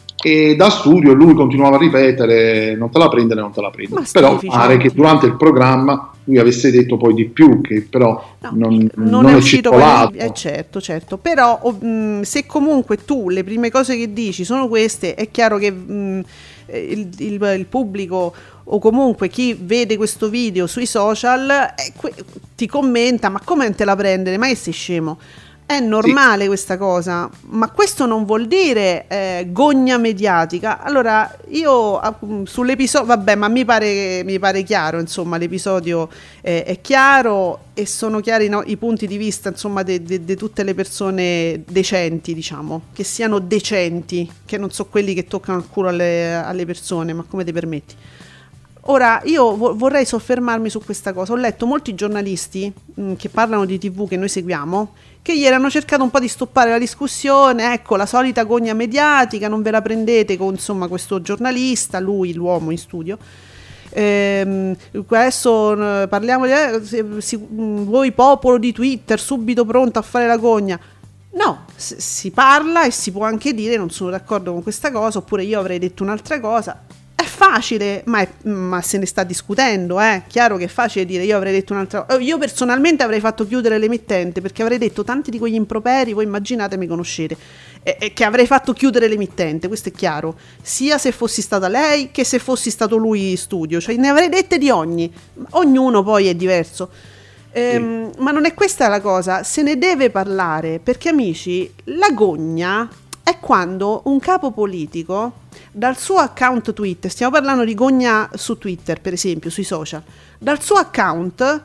E da studio lui continuava a ripetere: non te la prendere, non te la prendere.
Ma
Però
schifo,
pare
cioè.
che durante il programma lui avesse detto poi di più, che però
No,
non,
non
non
è
è
uscito
circolato.
poi- eh, certo, certo. Però oh, mh, se comunque tu le prime cose che dici sono queste, è chiaro che mh, eh, il, il- il pubblico, o comunque chi vede questo video sui social, eh, que- ti commenta: ma come non te la prendere? Ma che sei scemo? È normale questa cosa, ma questo non vuol dire eh, gogna mediatica. Allora, io ah, mh, sull'episodio, vabbè, ma mi pare, mi pare chiaro, insomma, l'episodio eh, è chiaro e sono chiari, no, i punti di vista, insomma, di tutte le persone decenti, diciamo, che siano decenti, che non so quelli che toccano il culo alle, alle persone, ma come ti permetti? Ora, io vo- vorrei soffermarmi su questa cosa. Ho letto molti giornalisti mh, che parlano di tivù che noi seguiamo, che ieri hanno cercato un po' di stoppare la discussione, ecco, la solita gogna mediatica, non ve la prendete con, insomma, questo giornalista, lui, l'uomo in studio. Ehm, adesso eh, parliamo di eh, si, si, voi popolo di Twitter subito pronto a fare la gogna. No, s- si parla e si può anche dire non sono d'accordo con questa cosa, oppure io avrei detto un'altra cosa. È facile, ma, è, ma se ne sta discutendo, eh. Chiaro che è facile dire io avrei detto un'altra cosa. Io personalmente avrei fatto chiudere l'emittente, perché avrei detto tanti di quegli improperi, voi immaginate, mi conoscete, e, e che avrei fatto chiudere l'emittente, questo è chiaro, sia se fossi stata lei che se fossi stato lui in studio, cioè ne avrei dette di ogni, ognuno poi è diverso. Ehm, sì. Ma non è questa la cosa, se ne deve parlare, perché amici, la gogna è quando un capo politico dal suo account Twitter, stiamo parlando di gogna su Twitter per esempio, sui social, dal suo account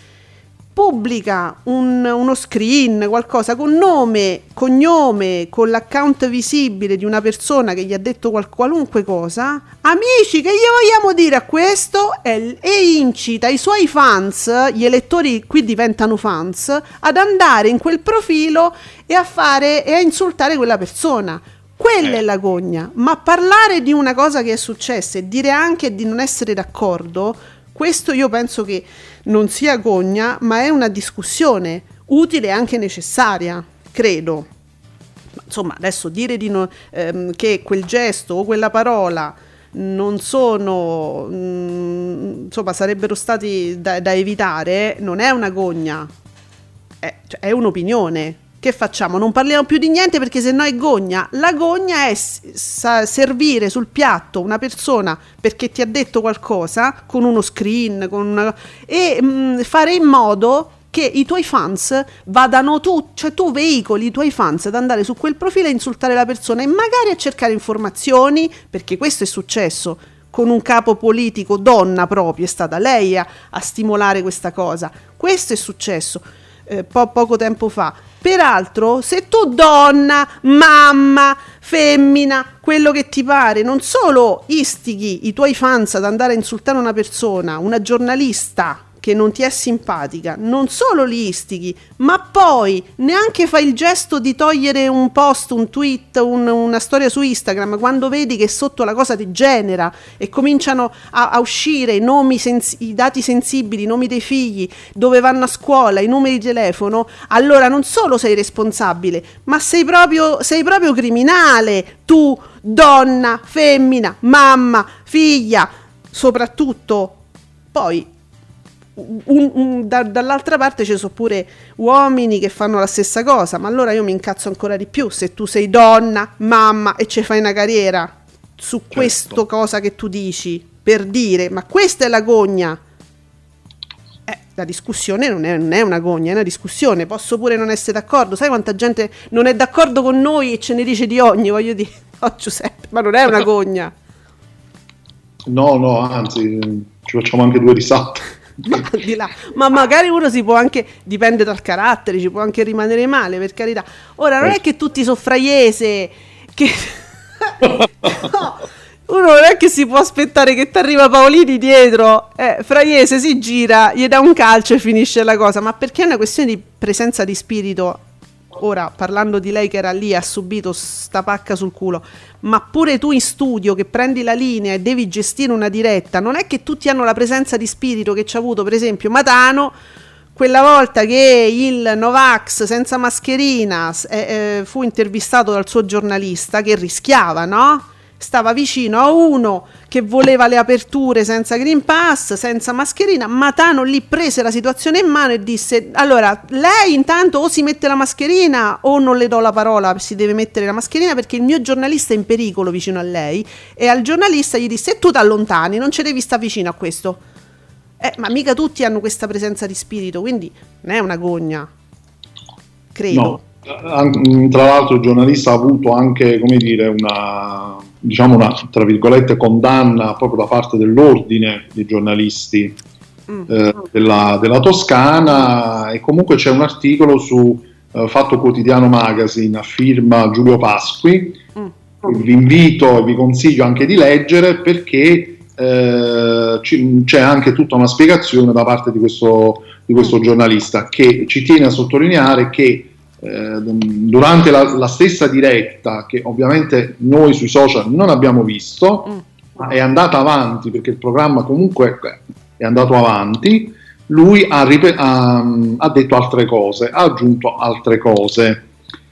pubblica un, uno screen, qualcosa con nome, cognome, con l'account visibile di una persona che gli ha detto qual, qualunque cosa. Amici, che gli vogliamo dire a questo? E, e incita i suoi fans, gli elettori qui diventano fans, ad andare in quel profilo e a fare e a insultare quella persona. Quella è la gogna, ma parlare di una cosa che è successa e dire anche di non essere d'accordo, questo io penso che non sia gogna, ma è una discussione utile e anche necessaria, credo. Insomma, adesso dire di no, ehm, che quel gesto o quella parola non sono, mh, insomma, sarebbero stati da, da evitare, non è una gogna, è, cioè, è un'opinione. Che facciamo? Non parliamo più di niente perché sennò è gogna. La gogna è s- servire sul piatto una persona perché ti ha detto qualcosa con uno screen con una, e mh, fare in modo che i tuoi fans vadano tu, cioè tu veicoli i tuoi fans ad andare su quel profilo e insultare la persona e magari a cercare informazioni, perché questo è successo con un capo politico donna proprio, è stata lei a, a stimolare questa cosa. Questo è successo eh, po- poco tempo fa. Peraltro, se tu donna, mamma, femmina, quello che ti pare, non solo istighi i tuoi fans ad andare a insultare una persona, una giornalista che non ti è simpatica, non solo li istighi, ma poi neanche fai il gesto di togliere un post, un tweet, un, una storia su Instagram quando vedi che sotto la cosa degenera e cominciano a, a uscire i nomi sens- i dati sensibili, i nomi dei figli, dove vanno a scuola, i numeri di telefono. Allora non solo sei responsabile, ma sei proprio, sei proprio criminale, tu donna, femmina, mamma, figlia, soprattutto. Poi Un, un, da, dall'altra parte ci sono pure uomini che fanno la stessa cosa, ma allora io mi incazzo ancora di più se tu sei donna, mamma e ci fai una carriera su certo. Questo cosa che tu dici per dire, ma questa è la gogna. Eh, la discussione non è, non è una gogna, è una discussione. Posso pure non essere d'accordo, sai quanta gente non è d'accordo con noi e ce ne dice di ogni, voglio dire, oh Giuseppe, ma non è una gogna.
No, no, anzi ci facciamo anche due risate.
Ma, di là. Ma magari uno si può anche, dipende dal carattere, ci può anche rimanere male, per carità. Ora non è che tutti sono fraiese che no, uno non è che si può aspettare che ti arriva Paolini dietro, eh, fraiese si gira, gli dà un calcio e finisce la cosa, ma perché è una questione di presenza di spirito. Ora, parlando di lei che era lì, ha subito sta pacca sul culo, ma pure tu in studio che prendi la linea e devi gestire una diretta, non è che tutti hanno la presenza di spirito che ci ha avuto per esempio Matano quella volta che il Novax senza mascherina eh, eh, fu intervistato dal suo giornalista che rischiava, no? Stava vicino a uno che voleva le aperture senza Green Pass, senza mascherina. Matano lì prese la situazione in mano e disse: allora, lei intanto o si mette la mascherina o non le do la parola, si deve mettere la mascherina perché il mio giornalista è in pericolo vicino a lei. E al giornalista gli disse: e tu ti allontani, non ci devi stare vicino a questo. Eh, ma mica tutti hanno questa presenza di spirito, quindi non è una gogna, credo.
No. Tra l'altro il giornalista ha avuto anche, come dire, una, diciamo una, tra virgolette, condanna proprio da parte dell'ordine dei giornalisti mm. eh, della, della Toscana, e comunque c'è un articolo su eh, Fatto Quotidiano Magazine a firma Giulio Pasqui, mm. vi invito e vi consiglio anche di leggere, perché eh, ci, c'è anche tutta una spiegazione da parte di questo, di questo giornalista, che ci tiene a sottolineare che eh, durante la, la stessa diretta, che ovviamente noi sui social non abbiamo visto, mm. ma è andata avanti, perché il programma comunque è andato avanti, lui ha, ripet- ha, ha detto altre cose, ha aggiunto altre cose.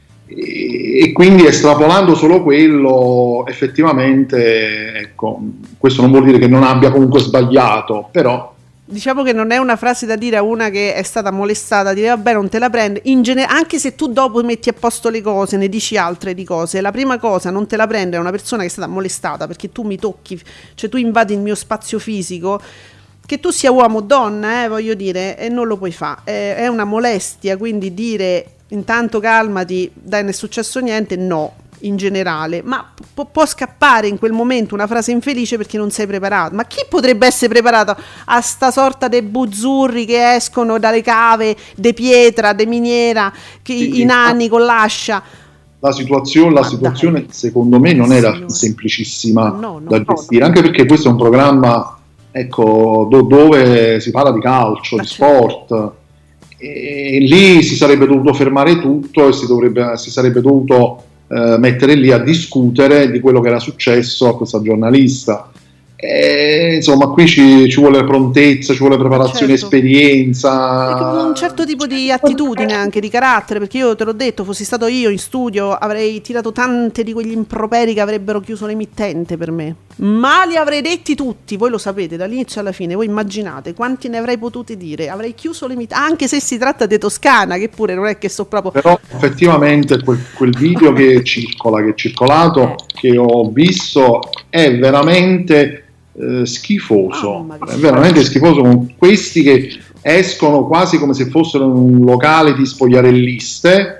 E quindi, estrapolando solo quello, effettivamente, ecco, questo non vuol dire che non abbia comunque sbagliato, però
diciamo che non è una frase da dire a una che è stata molestata, dire vabbè non te la prende, in genere, anche se tu dopo metti a posto le cose, ne dici altre di cose, la prima cosa non te la prende è una persona che è stata molestata, perché tu mi tocchi, cioè tu invadi il mio spazio fisico, che tu sia uomo o donna, eh, voglio dire, e non lo puoi fare, è, è una molestia, quindi dire intanto calmati, dai, non è successo niente, no, in generale, ma pu- può scappare in quel momento una frase infelice perché non sei preparato. Ma chi potrebbe essere preparato a sta sorta dei buzzurri che escono dalle cave de pietra, de miniera, che
sì,
i nani con l'ascia?
La situazione, la situazione secondo me non era Signore. semplicissima no, no, da gestire, no, no. Anche perché questo è un programma, ecco, do- dove si parla di calcio, ma di certo. sport, e lì si sarebbe dovuto fermare tutto e si, dovrebbe, si sarebbe dovuto eh, mettere lì a discutere di quello che era successo a questa giornalista. E, insomma, qui ci, ci vuole prontezza, ci vuole preparazione, certo. esperienza,
un certo tipo di attitudine, anche di carattere, perché io te l'ho detto, fossi stato io in studio avrei tirato tante di quegli improperi che avrebbero chiuso l'emittente per me, ma li avrei detti tutti, voi lo sapete, dall'inizio alla fine, voi immaginate quanti ne avrei potuti dire, avrei chiuso l'emittente, anche se si tratta di Toscana, che pure non è che so proprio,
però effettivamente quel, quel video che circola, che è circolato, che ho visto, è veramente Eh, schifoso, oh, è veramente schifoso, con questi che escono quasi come se fossero un locale di spogliarelliste,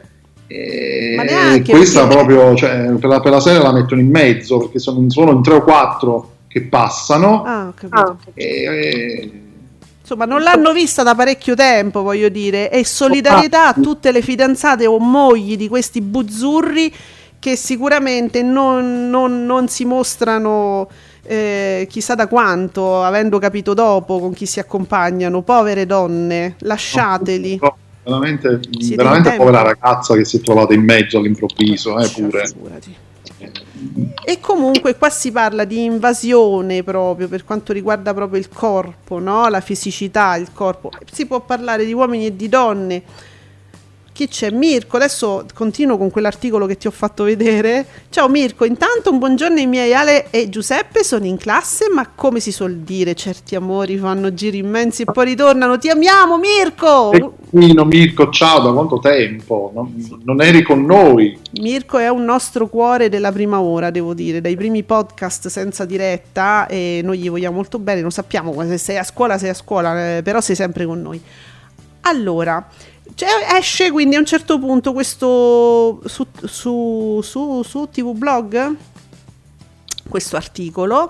e questa perché... proprio, cioè, per, la, per la serie la mettono in mezzo, perché sono, sono in tre o quattro che passano,
ah, ho capito.
E, e...
insomma non l'hanno vista da parecchio tempo, voglio dire, e solidarietà a tutte le fidanzate o mogli di questi buzzurri che sicuramente non, non, non si mostrano Eh, chissà da quanto, avendo capito dopo con chi si accompagnano, povere donne, lasciateli.
No, veramente, veramente povera ragazza che si è trovata in mezzo all'improvviso, eh, pure.
E comunque qua si parla di invasione proprio per quanto riguarda proprio il corpo, no? La fisicità, il corpo. Si può parlare di uomini e di donne. Chi c'è? Mirko, adesso continuo con quell'articolo che ti ho fatto vedere. Ciao Mirko, intanto un buongiorno ai miei Ale e Giuseppe, sono in classe, ma come si suol dire, certi amori fanno giri immensi e poi ritornano. Ti amiamo Mirko!
Equino, Mirko, ciao, da quanto tempo? Non, non eri con noi?
Mirko è un nostro cuore della prima ora, devo dire, dai primi podcast senza diretta, e noi gli vogliamo molto bene, lo sappiamo, se sei a scuola sei a scuola, eh, però sei sempre con noi. Allora... Cioè, esce quindi a un certo punto questo su, su, su, su T V Blog questo articolo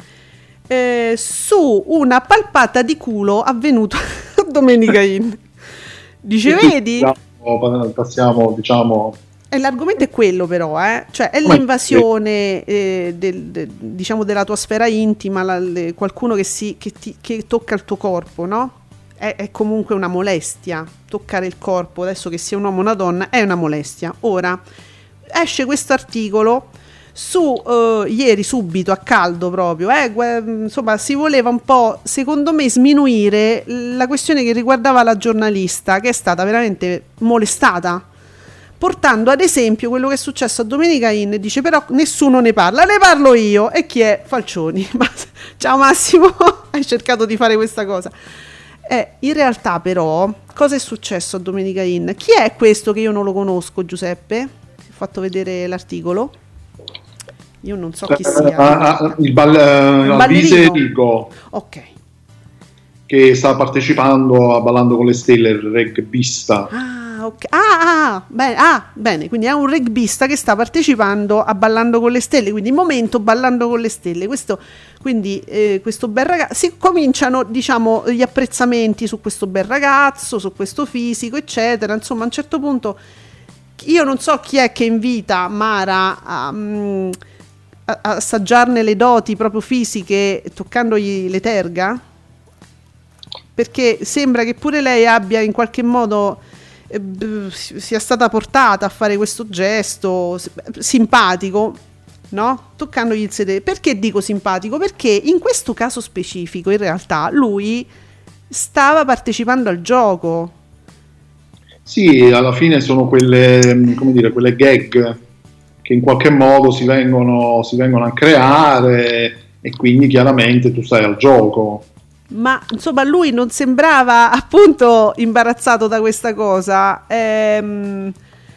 eh, su una palpata di culo avvenuta a Domenica Inn. Dice, vedi?
Passiamo, diciamo...
E l'argomento è quello però, eh? Cioè è l'invasione eh, del, del, diciamo della tua sfera intima, la, le, qualcuno che, si, che, ti, che tocca il tuo corpo, no? È, è comunque una molestia, toccare il corpo, adesso che sia un uomo o una donna, è una molestia. Ora, esce questo articolo su, uh, ieri subito, a caldo proprio, eh, insomma si voleva un po', secondo me, sminuire la questione che riguardava la giornalista, che è stata veramente molestata, portando ad esempio quello che è successo a Domenica Inn, e dice però nessuno ne parla, ne parlo io, e chi è? Falcioni. Ciao Massimo, hai cercato di fare questa cosa. Eh, in realtà però cosa è successo a Domenica Inn? Chi è questo che io non lo conosco, Giuseppe? Ti ho fatto vedere l'articolo, io non so chi sia.
Uh, uh, il ball- Alvise Rigo,
ok,
che sta partecipando a Ballando con le Stelle, il rugbista.
Ah, ok. Ah, ah, bene, ah, bene, quindi è un rugbista che sta partecipando a Ballando con le Stelle, quindi momento Ballando con le Stelle. Questo, quindi eh, questo bel ragazzo, si cominciano, diciamo, gli apprezzamenti su questo bel ragazzo, su questo fisico, eccetera. Insomma, a un certo punto io non so chi è che invita Mara a, assaggiarne le doti proprio fisiche toccandogli le terga? Perché sembra che pure lei abbia in qualche modo eh, sia stata portata a fare questo gesto simpatico, no? Toccandogli il sedere. Perché dico simpatico? Perché in questo caso specifico in realtà lui stava partecipando al gioco.
Sì, alla fine sono quelle, come dire, quelle gag che in qualche modo si vengono, si vengono a creare e quindi chiaramente tu stai al gioco.
Ma insomma lui non sembrava appunto imbarazzato da questa cosa ehm,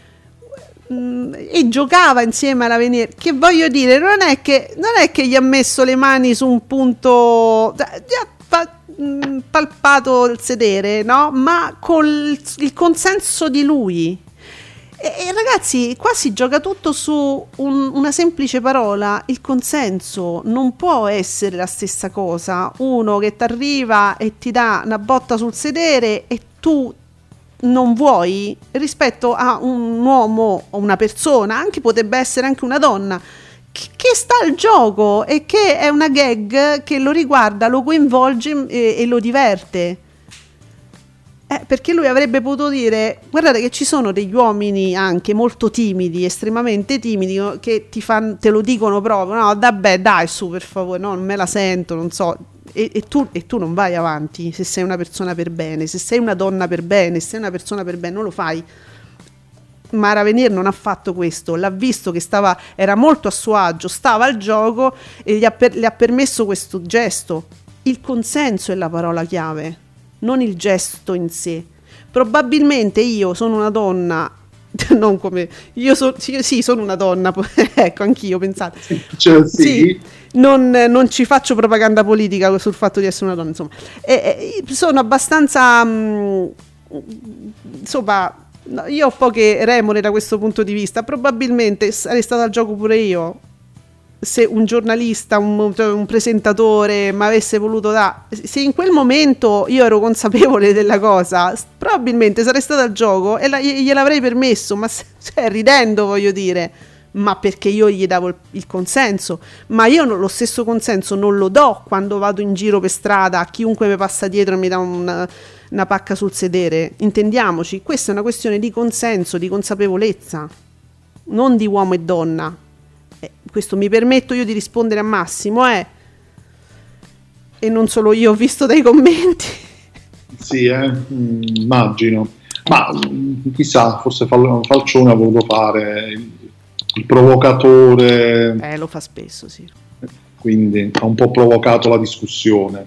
e giocava insieme alla Venier, che voglio dire non è che, non è che gli ha messo le mani su un punto, gli ha fa, mh, palpato il sedere, no? Ma col il consenso di lui. E, e ragazzi, qua si gioca tutto su un, una semplice parola, il consenso. Non può essere la stessa cosa uno che ti arriva e ti dà una botta sul sedere e tu non vuoi, rispetto a un uomo o una persona, anche potrebbe essere anche una donna, che, che sta al gioco e che è una gag che lo riguarda, lo coinvolge e, e lo diverte. Eh, perché lui avrebbe potuto dire: guardate che ci sono degli uomini anche molto timidi, estremamente timidi, che ti fanno, te lo dicono proprio, no, vabbè, dai, su, per favore, no, non me la sento, non so, e, e, tu, e tu non vai avanti se sei una persona per bene, se sei una donna per bene, se sei una persona per bene, non lo fai. Mara Venier non ha fatto questo, l'ha visto che stava, era molto a suo agio, stava al gioco e gli ha, per, gli ha permesso questo gesto. Il consenso è la parola chiave, non il gesto in sé. Probabilmente io sono una donna, non come io so, sì, sì sono una donna, ecco, anch'io, pensate,
cioè, sì.
Sì, non, non ci faccio propaganda politica sul fatto di essere una donna, insomma, e, e, sono abbastanza mh, insomma, io ho poche remore da questo punto di vista. Probabilmente sarei stata al gioco pure io se un giornalista, un, un presentatore mi avesse voluto dare, se in quel momento io ero consapevole della cosa, probabilmente sarei stata al gioco e la, gliel'avrei permesso, ma cioè, ridendo, voglio dire, ma perché io gli davo il, il consenso. Ma io non, lo stesso consenso non lo do quando vado in giro per strada a chiunque mi passa dietro e mi dà una, una pacca sul sedere. Intendiamoci, questa è una questione di consenso, di consapevolezza, non di uomo e donna. Questo mi permetto io di rispondere a Massimo, eh? E non solo io, ho visto dai commenti.
Sì, eh? mm, immagino. Ma mm, chissà, forse Fal- Falcione ha voluto fare il, il provocatore.
Eh, lo fa spesso, sì.
Quindi ha un po' provocato la discussione.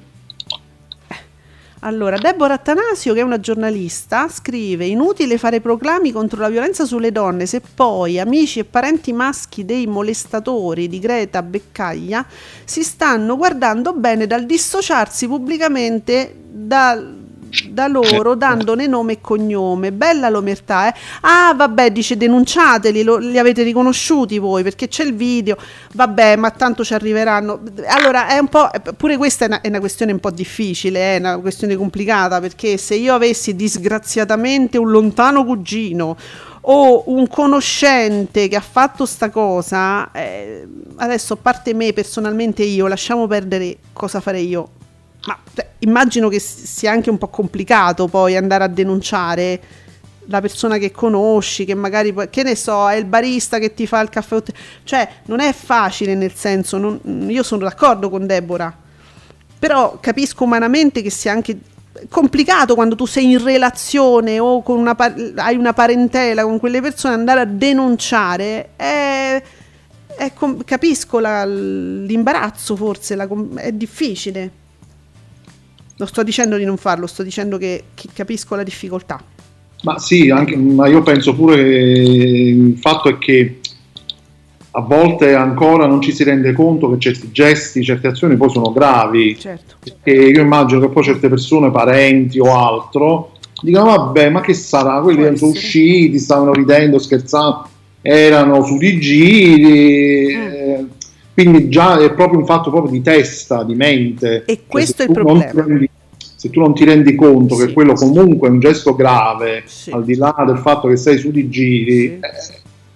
Allora, Deborah Attanasio, che è una giornalista, scrive: inutile fare proclami contro la violenza sulle donne se poi amici e parenti maschi dei molestatori di Greta Beccaglia si stanno guardando bene dal dissociarsi pubblicamente da, da loro, dandone nome e cognome. Bella l'omertà, eh? Ah, vabbè, dice, denunciateli, lo, li avete riconosciuti voi perché c'è il video. Vabbè, ma tanto ci arriveranno. Allora, è un po', pure questa è una, è una questione un po' difficile, è una questione complicata, perché se io avessi disgraziatamente un lontano cugino o un conoscente che ha fatto sta cosa, eh, adesso, a parte me personalmente, io, lasciamo perdere cosa farei io. Ma cioè, immagino che sia anche un po' complicato poi andare a denunciare la persona che conosci, che magari, che ne so, è il barista che ti fa il caffè, cioè non è facile, nel senso, non, io sono d'accordo con Deborah, però capisco umanamente che sia anche complicato quando tu sei in relazione o con una, hai una parentela con quelle persone, andare a denunciare è, è, capisco la, l'imbarazzo, forse la, è difficile. Non sto dicendo di non farlo, sto dicendo che, che capisco la difficoltà.
Ma sì, anche, ma io penso pure che il fatto è che a volte ancora non ci si rende conto che certi gesti, certe azioni poi sono gravi.
Certo.
Perché io immagino che poi certe persone, parenti o altro, dicano vabbè, ma che sarà? Quelli può sono essere. Usciti, stavano ridendo, scherzando, erano su di giri. Mm. Eh, quindi già è proprio un fatto proprio di testa, di mente.
E questo è il problema.
Rendi, se tu non ti rendi conto sì, che quello
sì.
comunque è un gesto grave, sì. al di là del fatto che sei su di giri,
sì.
eh,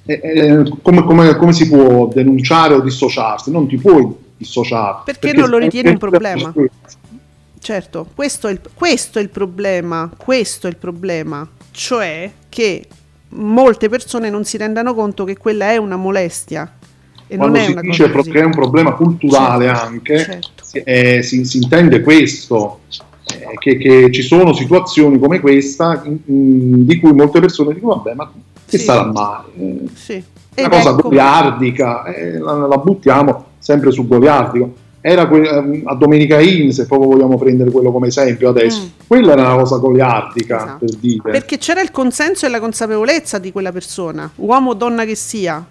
eh, eh, come, come, come si può denunciare o dissociarsi? Non ti puoi dissociare.
Perché, perché non lo ritieni un problema? Certo, questo è, il, questo è il problema, questo è il problema, cioè che molte persone non si rendano conto che quella è una molestia. E
quando
non è
si
una
dice
cosa
che è un problema culturale, certo, anche, certo. Eh, si, si intende questo, eh, che, che ci sono situazioni come questa in, in, di cui molte persone dicono vabbè, ma che sì. sarà mai? Eh, sì. Una cosa ecco goliardica, eh, la, la buttiamo sempre su goliardico. Era que- a Domenica In, se proprio vogliamo prendere quello come esempio adesso, mm. quella era una cosa goliardica, esatto. per dire.
Perché c'era il consenso e la consapevolezza di quella persona, uomo o donna che sia.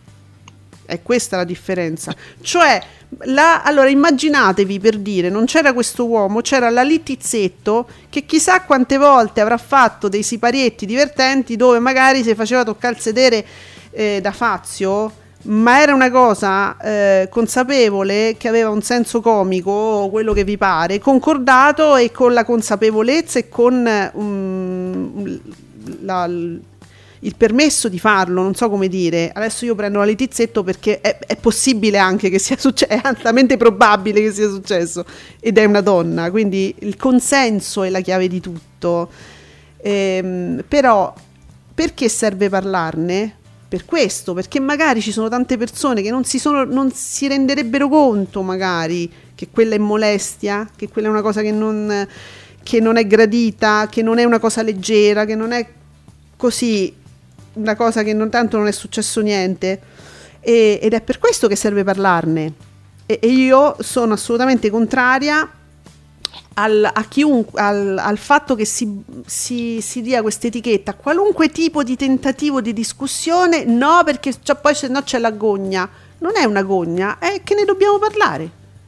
È questa la differenza. Cioè, la, allora immaginatevi, per dire, non c'era questo uomo, c'era la Littizzetto che chissà quante volte avrà fatto dei siparietti divertenti dove magari si faceva toccare il sedere eh, da Fazio, ma era una cosa eh, consapevole, che aveva un senso comico o quello che vi pare, concordato e con la consapevolezza e con um, la, il permesso di farlo, non so come dire. Adesso io prendo la Littizzetto perché è, è possibile anche che sia successo, è altamente probabile che sia successo, ed è una donna, quindi il consenso è la chiave di tutto. Ehm, però perché serve parlarne? Per questo, perché magari ci sono tante persone che non si, sono, non si renderebbero conto magari che quella è molestia, che quella è una cosa che non, che non è gradita, che non è una cosa leggera, che non è così una cosa che non tanto non è successo niente, e, ed è per questo che serve parlarne. E, e io sono assolutamente contraria al, a chiunque, al, al fatto che si, si, si dia questa etichetta a qualunque tipo di tentativo di discussione. No, perché cioè, poi se no c'è la gogna. Non è una gogna, è che ne dobbiamo parlare.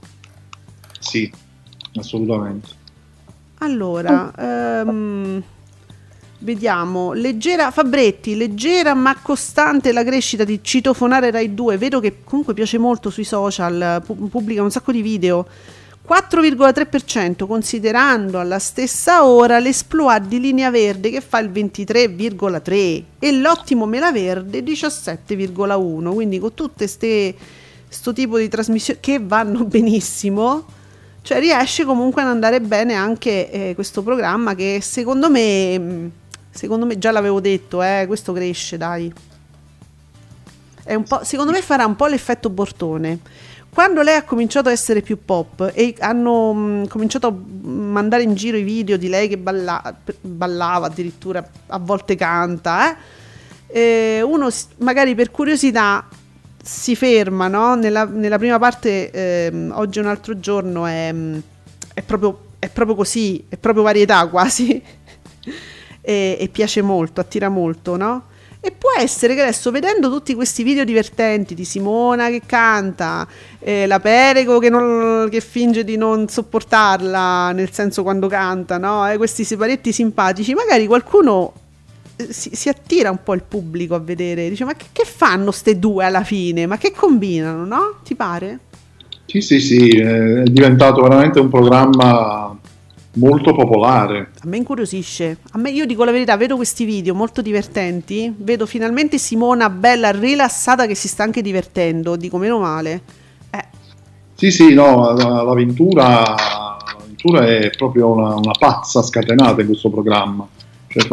Sì, assolutamente.
Allora, um, vediamo, leggera, Fabretti, leggera ma costante la crescita di Citofonare Rai due, vedo che comunque piace molto sui social, pu- pubblica un sacco di video, quattro virgola tre per cento, considerando alla stessa ora l'esploit di Linea Verde che fa il ventitré virgola tre per cento e l'Ottimo Mela Verde diciassette virgola uno per cento, quindi con tutte ste sto tipo di trasmissioni che vanno benissimo, cioè riesce comunque ad andare bene anche eh, questo programma che secondo me secondo me già l'avevo detto, eh, questo cresce, dai. È un po', secondo me farà un po' l'effetto Bortone. Quando lei ha cominciato a essere più pop e hanno mh, cominciato a mandare in giro i video di lei che balla, ballava, addirittura a volte canta, eh, eh, uno magari per curiosità si ferma, no? Nella, nella prima parte, eh, Oggi è un altro giorno, è, è, proprio, è proprio così, è proprio varietà quasi, e, e piace molto, attira molto, no? E può essere che adesso, vedendo tutti questi video divertenti di Simona che canta, eh, la Perego che, non, che finge di non sopportarla, nel senso quando canta, no? Eh, questi siparietti simpatici, magari qualcuno si, si attira un po' il pubblico a vedere, dice ma che, che fanno ste due alla fine? Ma che combinano, no? Ti pare?
Sì, sì, sì, è diventato veramente un programma molto popolare.
A me incuriosisce, a me, io dico la verità, vedo questi video molto divertenti, vedo finalmente Simona bella rilassata che si sta anche divertendo, dico meno male. Eh.
Sì, sì, no, l'avventura, l'avventura è proprio una, una pazza scatenata in questo programma. Cioè,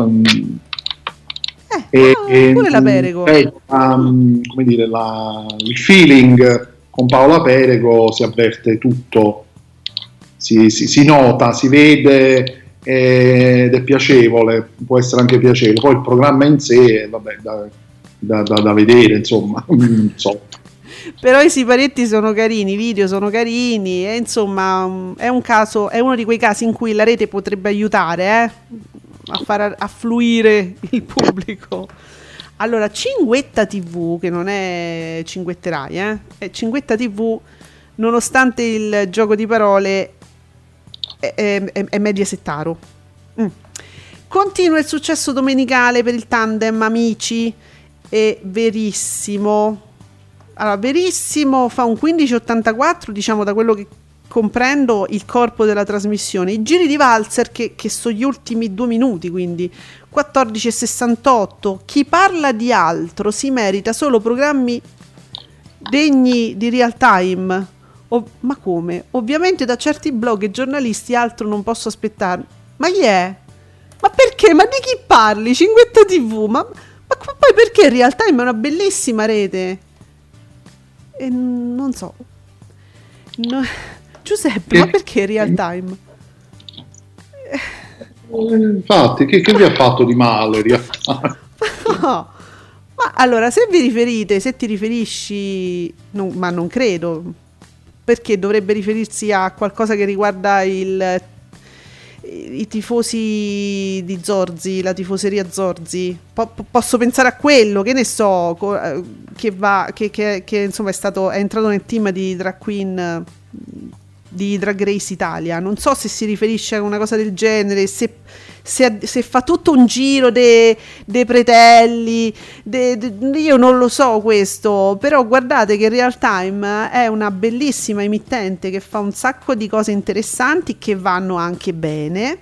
eh, e, e, pure la Perego.
E, um, come dire, la, il feeling con Paola Perego si avverte tutto. Si, si, si nota, si vede eh, ed è piacevole, può essere anche piacevole. Poi il programma in sé, vabbè, da, da, da, da vedere, insomma, non so.
Però i siparietti sono carini, i video sono carini, e insomma è un caso, è uno di quei casi in cui la rete potrebbe aiutare eh, a far affluire il pubblico. Allora, Cinguetta tivù, che non è Cinguette Rai, eh, è Cinguetta tivù, nonostante il gioco di parole è, è, è Mediasettaro. Mm. Continua il successo domenicale per il tandem Amici e Verissimo. Allora, Verissimo fa un quindici virgola ottantaquattro, diciamo, da quello che comprendo il corpo della trasmissione. I giri di valzer che, che sono gli ultimi due minuti, quindi quattordici e sessantotto. Chi parla di altro si merita solo programmi degni di real time. O, ma come? Ovviamente da certi blog e giornalisti altro non posso aspettare. Ma chi è? Ma perché? Ma di chi parli? Cinguetta tivù? Ma, ma poi perché real time è una bellissima rete? E non so. No. Giuseppe, ma perché real time?
Infatti, che, che vi ha fatto di male real time?
No. Ma allora, se vi riferite, se ti riferisci, non, ma non credo, perché dovrebbe riferirsi a qualcosa che riguarda il, i tifosi di Zorzi, la tifoseria Zorzi. Po- posso pensare a quello, che ne so, co- che va, che, che, che insomma è stato, è entrato nel team di drag queen di Drag Race Italia. Non so se si riferisce a una cosa del genere, se, se, se fa tutto un giro dei de pretelli, de, de, io non lo so questo, però guardate che Real Time è una bellissima emittente che fa un sacco di cose interessanti che vanno anche bene,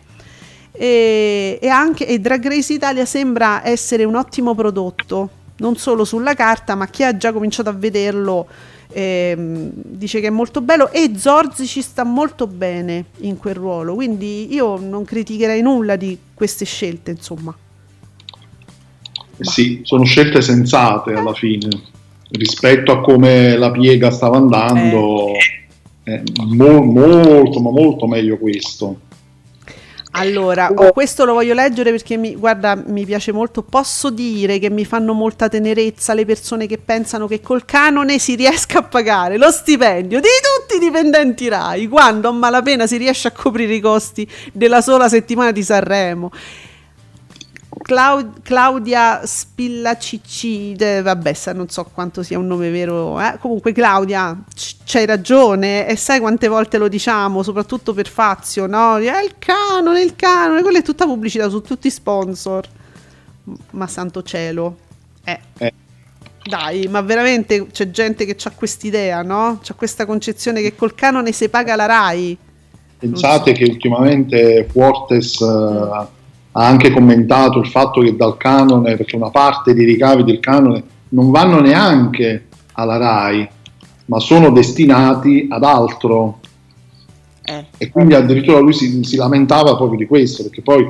e, e anche e Drag Race Italia sembra essere un ottimo prodotto, non solo sulla carta, ma chi ha già cominciato a vederlo Eh, dice che è molto bello, e Zorzi ci sta molto bene in quel ruolo, quindi io non criticherei nulla di queste scelte, insomma.
Eh sì, sono scelte sensate alla fine rispetto a come la piega stava andando. eh. Eh, mo- molto ma molto meglio questo.
Allora, oh, questo lo voglio leggere perché mi, guarda, mi piace molto. Posso dire che mi fanno molta tenerezza le persone che pensano che col canone si riesca a pagare lo stipendio di tutti i dipendenti Rai, quando a malapena si riesce a coprire i costi della sola settimana di Sanremo. Claud- Claudia Spillacicci, eh, vabbè, sa, non so quanto sia un nome vero, eh? Comunque Claudia, c- c'hai ragione, e sai quante volte lo diciamo, soprattutto per Fazio, no? È il canone, il canone, quella è tutta pubblicità su tutti i sponsor, ma santo cielo, eh.
eh.
Dai, ma veramente c'è gente che ha quest'idea, no? C'ha questa concezione che col canone si paga la Rai.
Pensate
so.
che ultimamente Fuertes uh, ha anche commentato il fatto che dal canone, perché una parte dei ricavi del canone non vanno neanche alla Rai, ma sono destinati ad altro. Eh. E quindi addirittura lui si, si lamentava proprio di questo, perché poi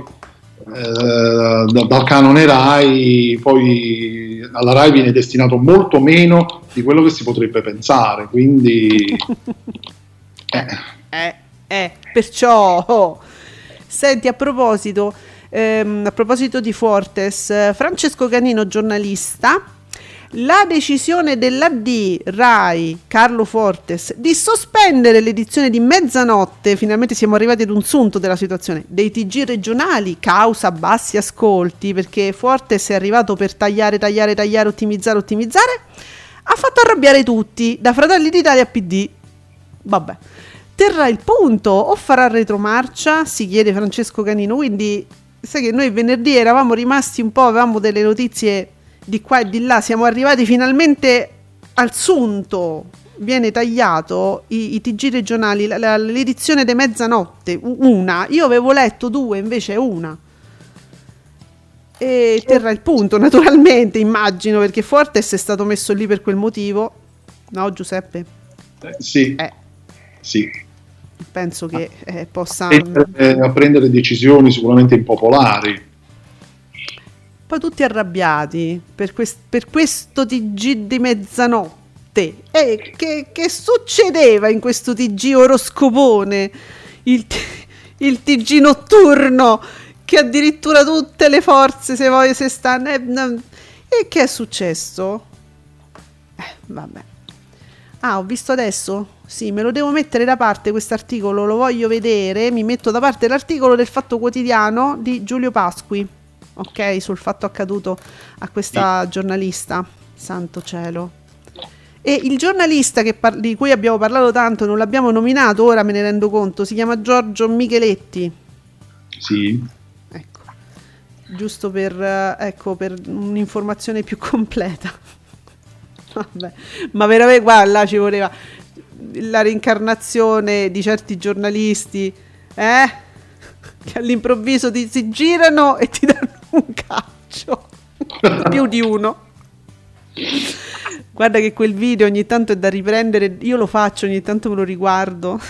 eh, dal canone Rai poi alla Rai viene destinato molto meno di quello che si potrebbe pensare, quindi
eh. Eh, eh, perciò oh. Senti, a proposito ehm, a proposito di Fuertes, Francesco Canino, giornalista, la decisione dell'A D Rai Carlo Fuertes di sospendere l'edizione di mezzanotte, finalmente siamo arrivati ad un sunto della situazione, dei T G regionali causa bassi ascolti, perché Fuertes è arrivato per tagliare, tagliare, tagliare, ottimizzare, ottimizzare, ha fatto arrabbiare tutti, da Fratelli d'Italia a P D. Vabbè, terrà il punto o farà retromarcia? Si chiede Francesco Canino. Quindi sai che noi venerdì eravamo rimasti un po', avevamo delle notizie di qua e di là, siamo arrivati finalmente al sunto, viene tagliato i, i T G regionali, la, la, l'edizione di mezzanotte, una, io avevo letto due, invece è una, e terrà il punto naturalmente, immagino, perché Fuertes è stato messo lì per quel motivo, no Giuseppe?
Eh, sì,
eh.
sì.
Penso che eh, possa
eh, a prendere decisioni sicuramente impopolari.
Poi tutti arrabbiati per, quest- per questo T G di mezzanotte. E che, che succedeva in questo T G oroscopone? Il, t- il T G notturno, che addirittura tutte le forze se voglio se stanno. Eh, no. E che è successo? Eh, vabbè. Ah, ho visto adesso? Sì, me lo devo mettere da parte quest'articolo, lo voglio vedere. Mi metto da parte l'articolo del Fatto Quotidiano di Giulio Pasqui, ok, sul fatto accaduto a questa sì. giornalista, santo cielo. E il giornalista che par- di cui abbiamo parlato tanto, non l'abbiamo nominato, ora me ne rendo conto, si chiama Giorgio Micheletti.
Sì.
Ecco, giusto per, ecco, per un'informazione più completa. Vabbè, ma veramente, guarda, là ci voleva... la reincarnazione di certi giornalisti, eh? Che all'improvviso ti si girano e ti danno un calcio, più di uno. Guarda che quel video ogni tanto è da riprendere, io lo faccio, ogni tanto me lo riguardo.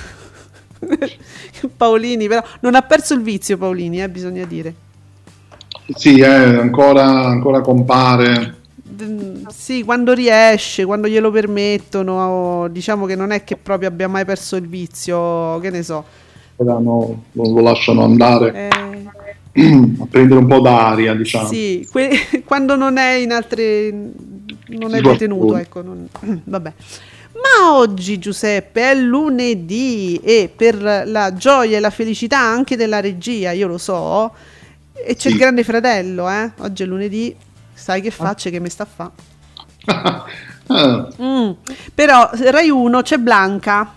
Paolini però non ha perso il vizio, Paolini, eh, bisogna dire.
Sì, eh, ancora, ancora compare.
Sì, quando riesce, quando glielo permettono, diciamo che non è che proprio abbia mai perso il vizio, che ne so.
No, lo lasciano andare
eh,
a prendere un po' d'aria, diciamo.
Sì, que- quando non è in altre, non è detenuto, ecco. Non, vabbè. Ma oggi, Giuseppe, è lunedì e per la gioia e la felicità anche della regia, io lo so, e c'è sì. il Grande Fratello, eh? Oggi è lunedì, sai che facce che me sta a fa? mm. Però Rai uno c'è Blanca.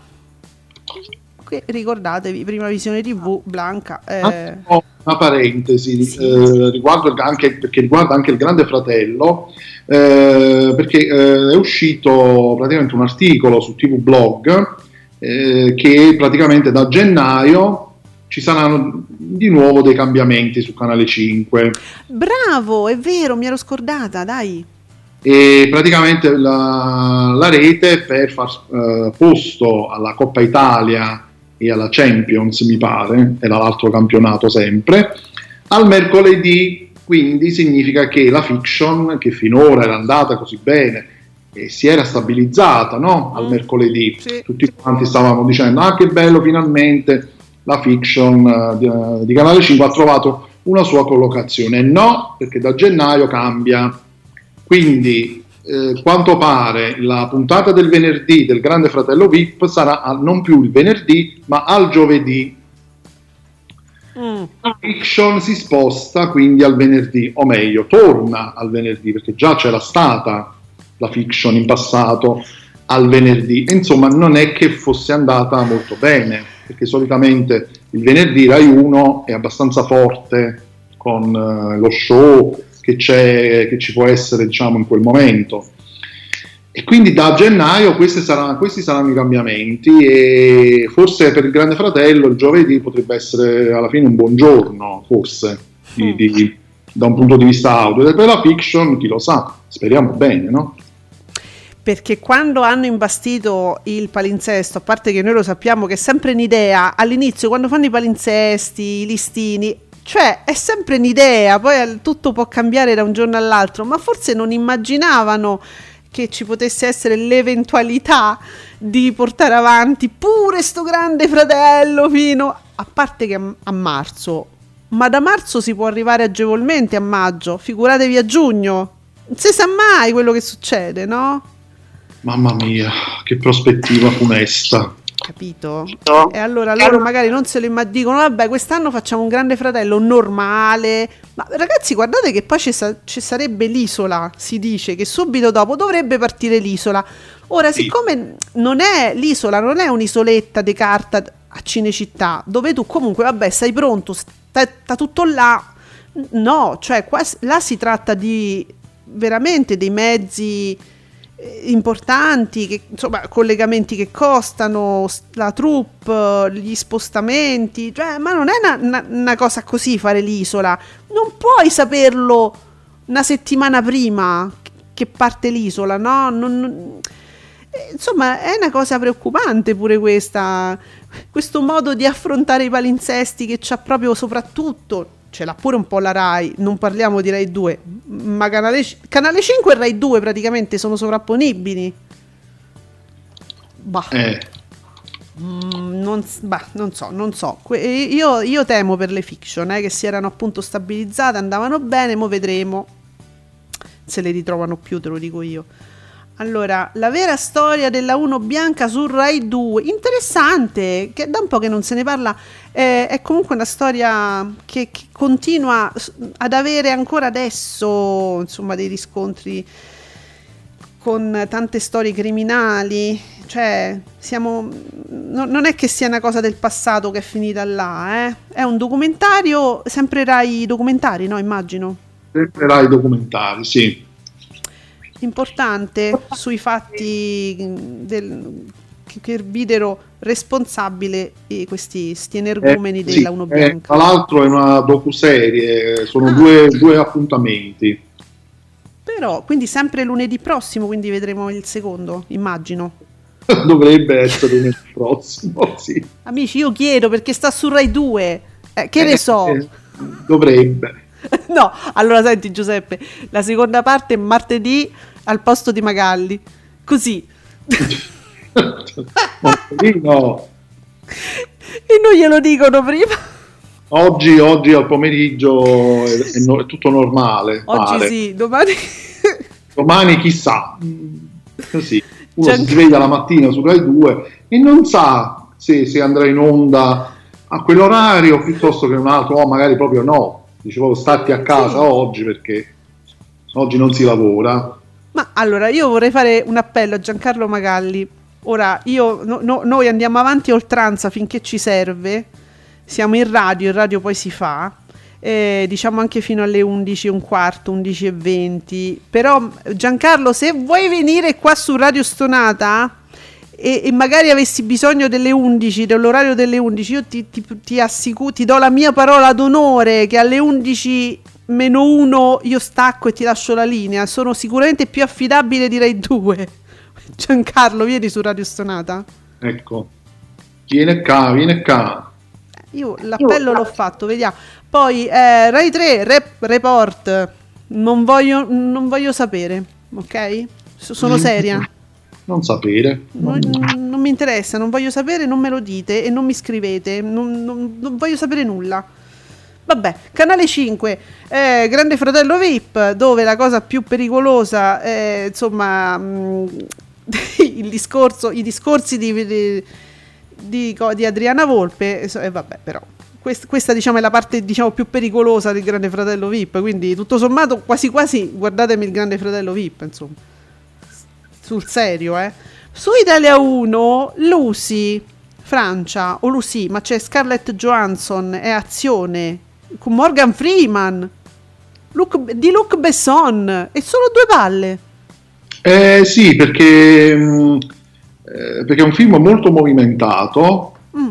Ricordatevi, prima visione tivù, Blanca. Eh.
Oh, una parentesi sì. eh, riguardo anche, perché riguarda anche il Grande Fratello, eh, perché eh, è uscito praticamente un articolo su T V Blog eh, che praticamente da gennaio ci saranno di nuovo dei cambiamenti su Canale cinque.
Bravo, è vero, mi ero scordata, dai.
E praticamente la, la rete per far eh, posto alla Coppa Italia e alla Champions, mi pare, era l'altro campionato sempre, al mercoledì, quindi significa che la fiction, che finora era andata così bene e si era stabilizzata, no? Al mercoledì, sì. Tutti quanti stavamo dicendo, ah che bello, finalmente la fiction uh, di, di Canale cinque ha trovato una sua collocazione. No, perché da gennaio cambia, quindi Eh, quanto pare la puntata del venerdì del Grande Fratello V I P sarà a, non più il venerdì ma al giovedì. mm. La fiction si sposta quindi al venerdì, o meglio torna al venerdì, perché già c'era stata la fiction in passato al venerdì e insomma non è che fosse andata molto bene, perché solitamente il venerdì Rai uno è abbastanza forte con uh, lo show che c'è, che ci può essere, diciamo, in quel momento, e quindi da gennaio questi saranno, questi saranno i cambiamenti, e forse per il Grande Fratello il giovedì potrebbe essere alla fine un buon giorno, forse di, di, da un punto di vista audio, e per la fiction chi lo sa, speriamo bene, no?
Perché quando hanno imbastito il palinsesto, a parte che noi lo sappiamo che è sempre un'idea, all'inizio quando fanno i palinsesti, i listini, cioè è sempre un'idea, poi tutto può cambiare da un giorno all'altro, ma forse non immaginavano che ci potesse essere l'eventualità di portare avanti pure sto Grande Fratello fino, a parte che a marzo, ma da marzo si può arrivare agevolmente a maggio, figuratevi a giugno, non si sa mai quello che succede, no?
Mamma mia, che prospettiva funesta.
Capito? No. E allora loro magari non se lo immaginano, dicono vabbè quest'anno facciamo un Grande Fratello normale, ma ragazzi guardate che poi ci, sa- ci sarebbe l'Isola, si dice che subito dopo dovrebbe partire l'Isola. Ora sì. Siccome non è l'Isola, non è un'isoletta di carta a Cinecittà dove tu comunque vabbè sei pronto, sta, sta tutto là, no, cioè qua, là si tratta di veramente dei mezzi importanti, che, insomma collegamenti che costano, la troupe, gli spostamenti, cioè, ma non è una, una, una cosa così fare l'Isola, non puoi saperlo una settimana prima che parte l'Isola, no? Non, non, insomma è una cosa preoccupante pure questa, questo modo di affrontare i palinsesti che c'ha proprio, soprattutto ce l'ha pure un po' la Rai, non parliamo di Rai due, ma Canale, Canale cinque e Rai due praticamente sono sovrapponibili. Bah.
Eh.
Mm, non, bah, non so, non so. Que- io, io temo per le fiction, eh, che si erano appunto stabilizzate, andavano bene, mo vedremo se le ritrovano più, te lo dico io. Allora, la vera storia della uno bianca su Rai due, interessante, che da un po' che non se ne parla, eh, è comunque una storia che, che continua ad avere ancora adesso, insomma, dei riscontri con tante storie criminali, cioè siamo, no, non è che sia una cosa del passato che è finita là, eh? È un documentario, sempre Rai documentari, no? Immagino.
Sempre Rai documentari, sì.
Importante sui fatti del, che, che videro responsabile eh, questi sti energumeni
eh,
della
sì,
Uno
eh,
Bianca.
tra l'altro è una docuserie, sono
Ah.
due, due appuntamenti.
Però, quindi sempre lunedì prossimo, quindi vedremo il secondo, immagino.
Dovrebbe essere lunedì prossimo, sì.
Amici, io chiedo perché sta su Rai due, eh, che ne so.
Eh, dovrebbe.
No, allora senti Giuseppe, la seconda parte è martedì al posto di Magalli, così.
Martedì no.
E non glielo dicono prima.
Oggi, oggi al pomeriggio è, è no- è tutto normale.
Oggi
pare.
sì, domani...
Domani chissà. Così. Uno
Gian-
si sveglia la mattina su Rai due e non sa se, se andrà in onda a quell'orario piuttosto che un altro, o magari proprio no. Dicevo, stati a casa
Sì.
oggi perché oggi non si lavora.
Ma allora, io vorrei fare un appello a Giancarlo Magalli. Ora, io, no- no- noi andiamo avanti a oltranza finché ci serve. Siamo in radio, il radio poi si fa. Eh, diciamo anche fino alle undici e un quarto, undici e venti. Però, Giancarlo, se vuoi venire qua su Radio Stonata e, e magari avessi bisogno delle undici, dell'orario delle undici, io ti, ti, ti assicuro, ti do la mia parola d'onore che alle undici meno uno io stacco e ti lascio la linea. Sono sicuramente più affidabile di Rai due. Giancarlo, vieni su Radio Stonata.
Ecco, viene qua, viene qua.
Io l'appello l'ho fatto, vediamo. Poi eh, Rai tre, rep- report. Non voglio, non voglio sapere, ok? S- sono seria.
Non sapere.
Non, non mi interessa, non voglio sapere, non me lo dite e non mi scrivete. Non, non- non voglio sapere nulla. Vabbè, Canale cinque, eh, Grande Fratello V I P, dove la cosa più pericolosa è, insomma, mh, il discorso, i discorsi di, di, di, di Adriana Volpe, e so- e vabbè, però quest, questa diciamo è la parte diciamo più pericolosa del Grande Fratello V I P, quindi tutto sommato quasi quasi guardatemi il Grande Fratello V I P, insomma, sul serio, eh. Su Italia uno, Lucy, Francia, o Lucy, ma c'è Scarlett Johansson, è azione, con Morgan Freeman, Luc, di Luc Besson, e solo due palle.
Eh sì, perché, mh, eh, perché è un film molto movimentato
Mm.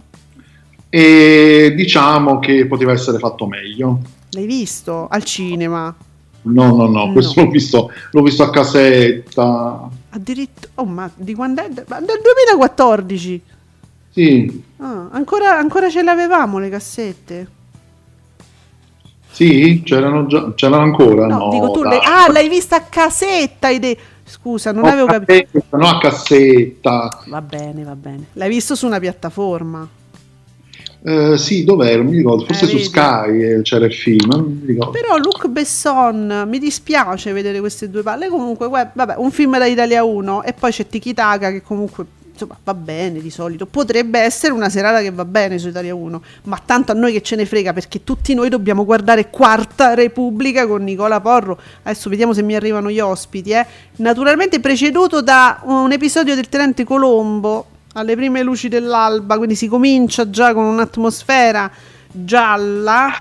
e diciamo che poteva essere fatto meglio.
L'hai visto al cinema?
No, no, no, questo
No.
l'ho visto, l'ho visto a casetta.
Addirittura, oh, ma di quando è? Ma del duemilaquattordici.
Sì,
Ah, ancora, ancora ce l'avevamo le cassette?
sì, c'erano già, c'erano ancora.
No,
No,
dico tu,
dai.
l'hai- ah, l'hai vista a casetta, hai de- scusa, non
No,
avevo capito.
cassetta, no, a cassetta.
Va bene, va bene. L'hai visto su una piattaforma?
Eh, sì, dov'era? Non mi ricordo, forse
Eh,
su
vedi.
Sky eh, c'era il film, non mi ricordo.
Però Luc Besson, mi dispiace vedere queste due palle. Comunque, guarda, vabbè, un film da Italia uno e poi c'è Tiki Taka che comunque insomma va bene di solito. Potrebbe essere una serata che va bene su Italia uno, ma tanto a noi che ce ne frega, perché tutti noi dobbiamo guardare Quarta Repubblica con Nicola Porro. Adesso vediamo se mi arrivano gli ospiti, eh. Naturalmente preceduto da un episodio del Tenente Colombo alle prime luci dell'alba, quindi si comincia già con un'atmosfera gialla.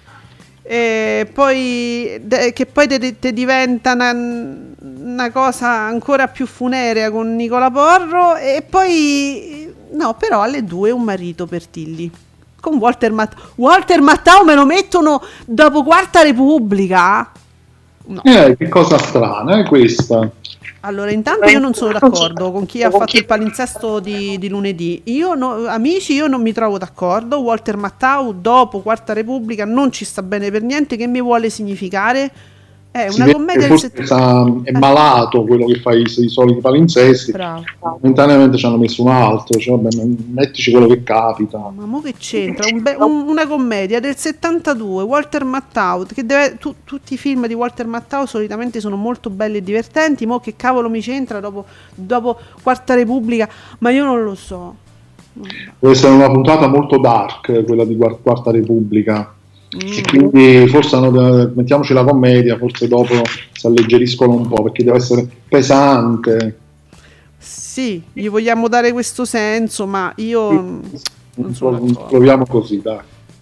E poi de- che poi te, te diventa una, una cosa ancora più funerea con Nicola Porro, e poi no, però alle due un marito per Tilly con Walter Mattau. Walter Mattau me lo mettono dopo Quarta Repubblica? No.
Eh, che cosa strana è questa.
Allora, intanto io non sono d'accordo con chi ha fatto il palinsesto di, di lunedì. Io no, amici, io non mi trovo d'accordo. Walter Mattau dopo Quarta Repubblica non ci sta bene per niente. Che mi vuole significare? È
Si
una
vede
commedia
che
del
forse
settanta.
sa- è malato quello che fa i, i soliti palinsesti.
Bravo.
Momentaneamente ci hanno messo un altro, cioè, vabbè, mettici quello che capita.
Ma mo che c'entra? Un be- un- una commedia del settantadue, Walter Matthau, che deve, tu- tutti i film di Walter Matthau solitamente sono molto belli e divertenti. Mo che cavolo mi c'entra dopo, dopo Quarta Repubblica? Ma io non lo so.
Deve essere una puntata molto dark, quella di Guar- Quarta Repubblica.
Mm.
E quindi forse hanno- mettiamoci la commedia, forse dopo si alleggeriscono un po', perché deve essere pesante.
Sì, gli vogliamo dare questo senso, ma io non sono d'accordo.
Proviamo così, dai.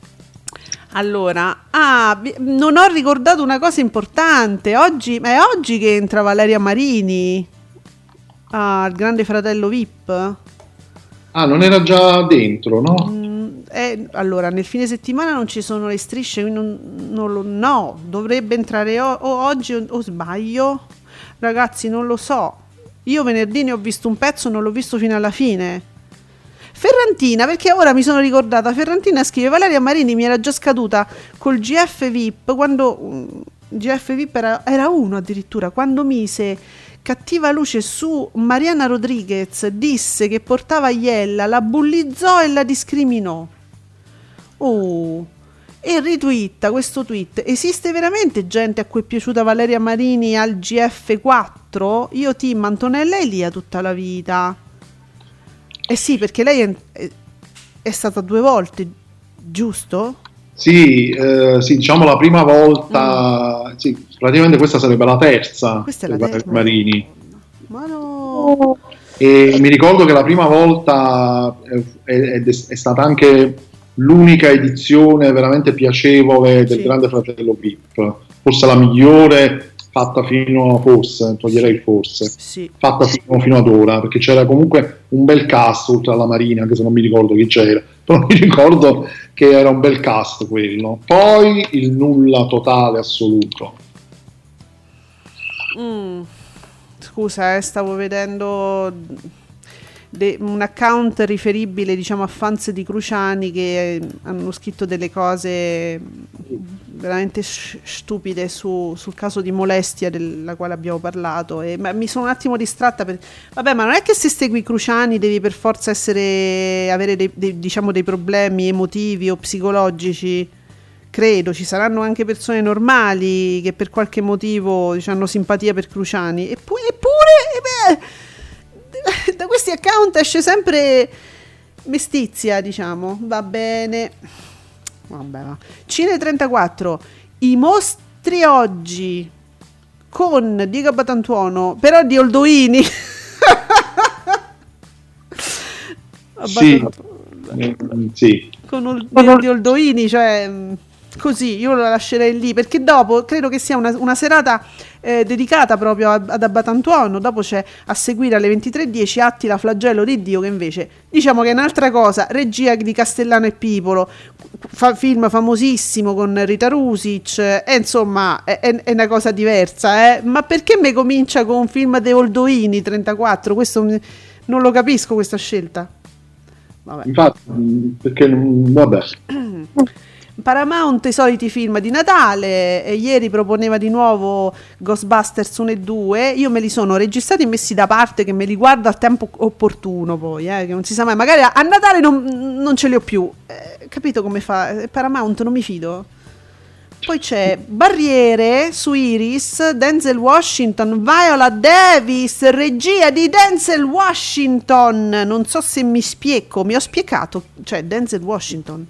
Allora, ah, vi- non ho ricordato una cosa importante. Oggi, ma è oggi che entra Valeria Marini. Ah, il Grande Fratello V I P?
Ah, non era già dentro, no?
Mm, eh, allora, nel fine settimana non ci sono le strisce, quindi non, non lo, no, dovrebbe entrare o, o oggi o, o sbaglio? Ragazzi, non lo so. Io venerdì ne ho visto un pezzo, non l'ho visto fino alla fine. Ferrantina, perché ora mi sono ricordata, Ferrantina scrive: Valeria Marini mi era già scaduta col G F V I P quando um, G F V I P era, era uno addirittura, quando mise cattiva luce su Mariana Rodriguez, disse che portava Iella, la bullizzò e la discriminò. Oh, e ritwitta questo tweet: esiste veramente gente a cui è piaciuta Valeria Marini al G F quattro? Io team Antonella Elia tutta la vita. Eh sì, perché lei è, è, è stata due volte, giusto?
Sì, eh, sì, diciamo la prima volta, mm. sì, praticamente questa sarebbe la terza.
Questa è la terza.
Marini.
Ma no.
E mi ricordo che la prima volta è, è, è stata anche l'unica edizione veramente piacevole del sì. Grande Fratello V I P, forse la migliore fatta fino a, forse, toglierei forse,
sì.
fatta fino, fino ad ora, perché c'era comunque un bel cast oltre alla Marina, anche se non mi ricordo chi c'era, però mi ricordo che era un bel cast quello. Poi il nulla totale assoluto.
Mm. Scusa, eh, stavo vedendo de- un account riferibile, diciamo, a fans di Cruciani che hanno scritto delle cose veramente sh- stupide su- sul caso di molestia della quale abbiamo parlato, e ma mi sono un attimo distratta per... vabbè, ma non è che se segui Cruciani devi per forza essere avere dei, dei, diciamo dei problemi emotivi o psicologici. Credo ci saranno anche persone normali che per qualche motivo, diciamo, hanno simpatia per Cruciani, eppure, eppure beh, da questi account esce sempre mestizia, diciamo. Va bene, vabbè, va. Cine trentaquattro, i mostri oggi con Diego Batantuono, però di Oldoini.
Sì, sì.
Con Ol- di Oldoini, cioè così io lo lascerei lì, perché dopo credo che sia una, una serata eh, dedicata proprio a, ad Abbatantuono. Dopo c'è a seguire alle ventitré e dieci Attila Flagello di Dio, che invece diciamo che è un'altra cosa, regia di Castellano e Pipolo, fa, film famosissimo con Rita Rusic, e eh, insomma è, è, è una cosa diversa, eh? Ma perché me comincia con un film dei Oldoini trentaquattro? Questo non lo capisco, questa scelta. Vabbè.
Infatti, perché vabbè.
Paramount, i soliti film di Natale, e ieri proponeva di nuovo Ghostbusters uno e due. Io me li sono registrati e messi da parte, che me li guardo al tempo opportuno, poi eh, che non si sa mai, magari a Natale non, non ce li ho più, eh, capito come fa Paramount, non mi fido. Poi c'è Barriere su Iris, Denzel Washington, Viola Davis, regia di Denzel Washington. Non so se mi spiego, mi ho spiegato, cioè Denzel Washington.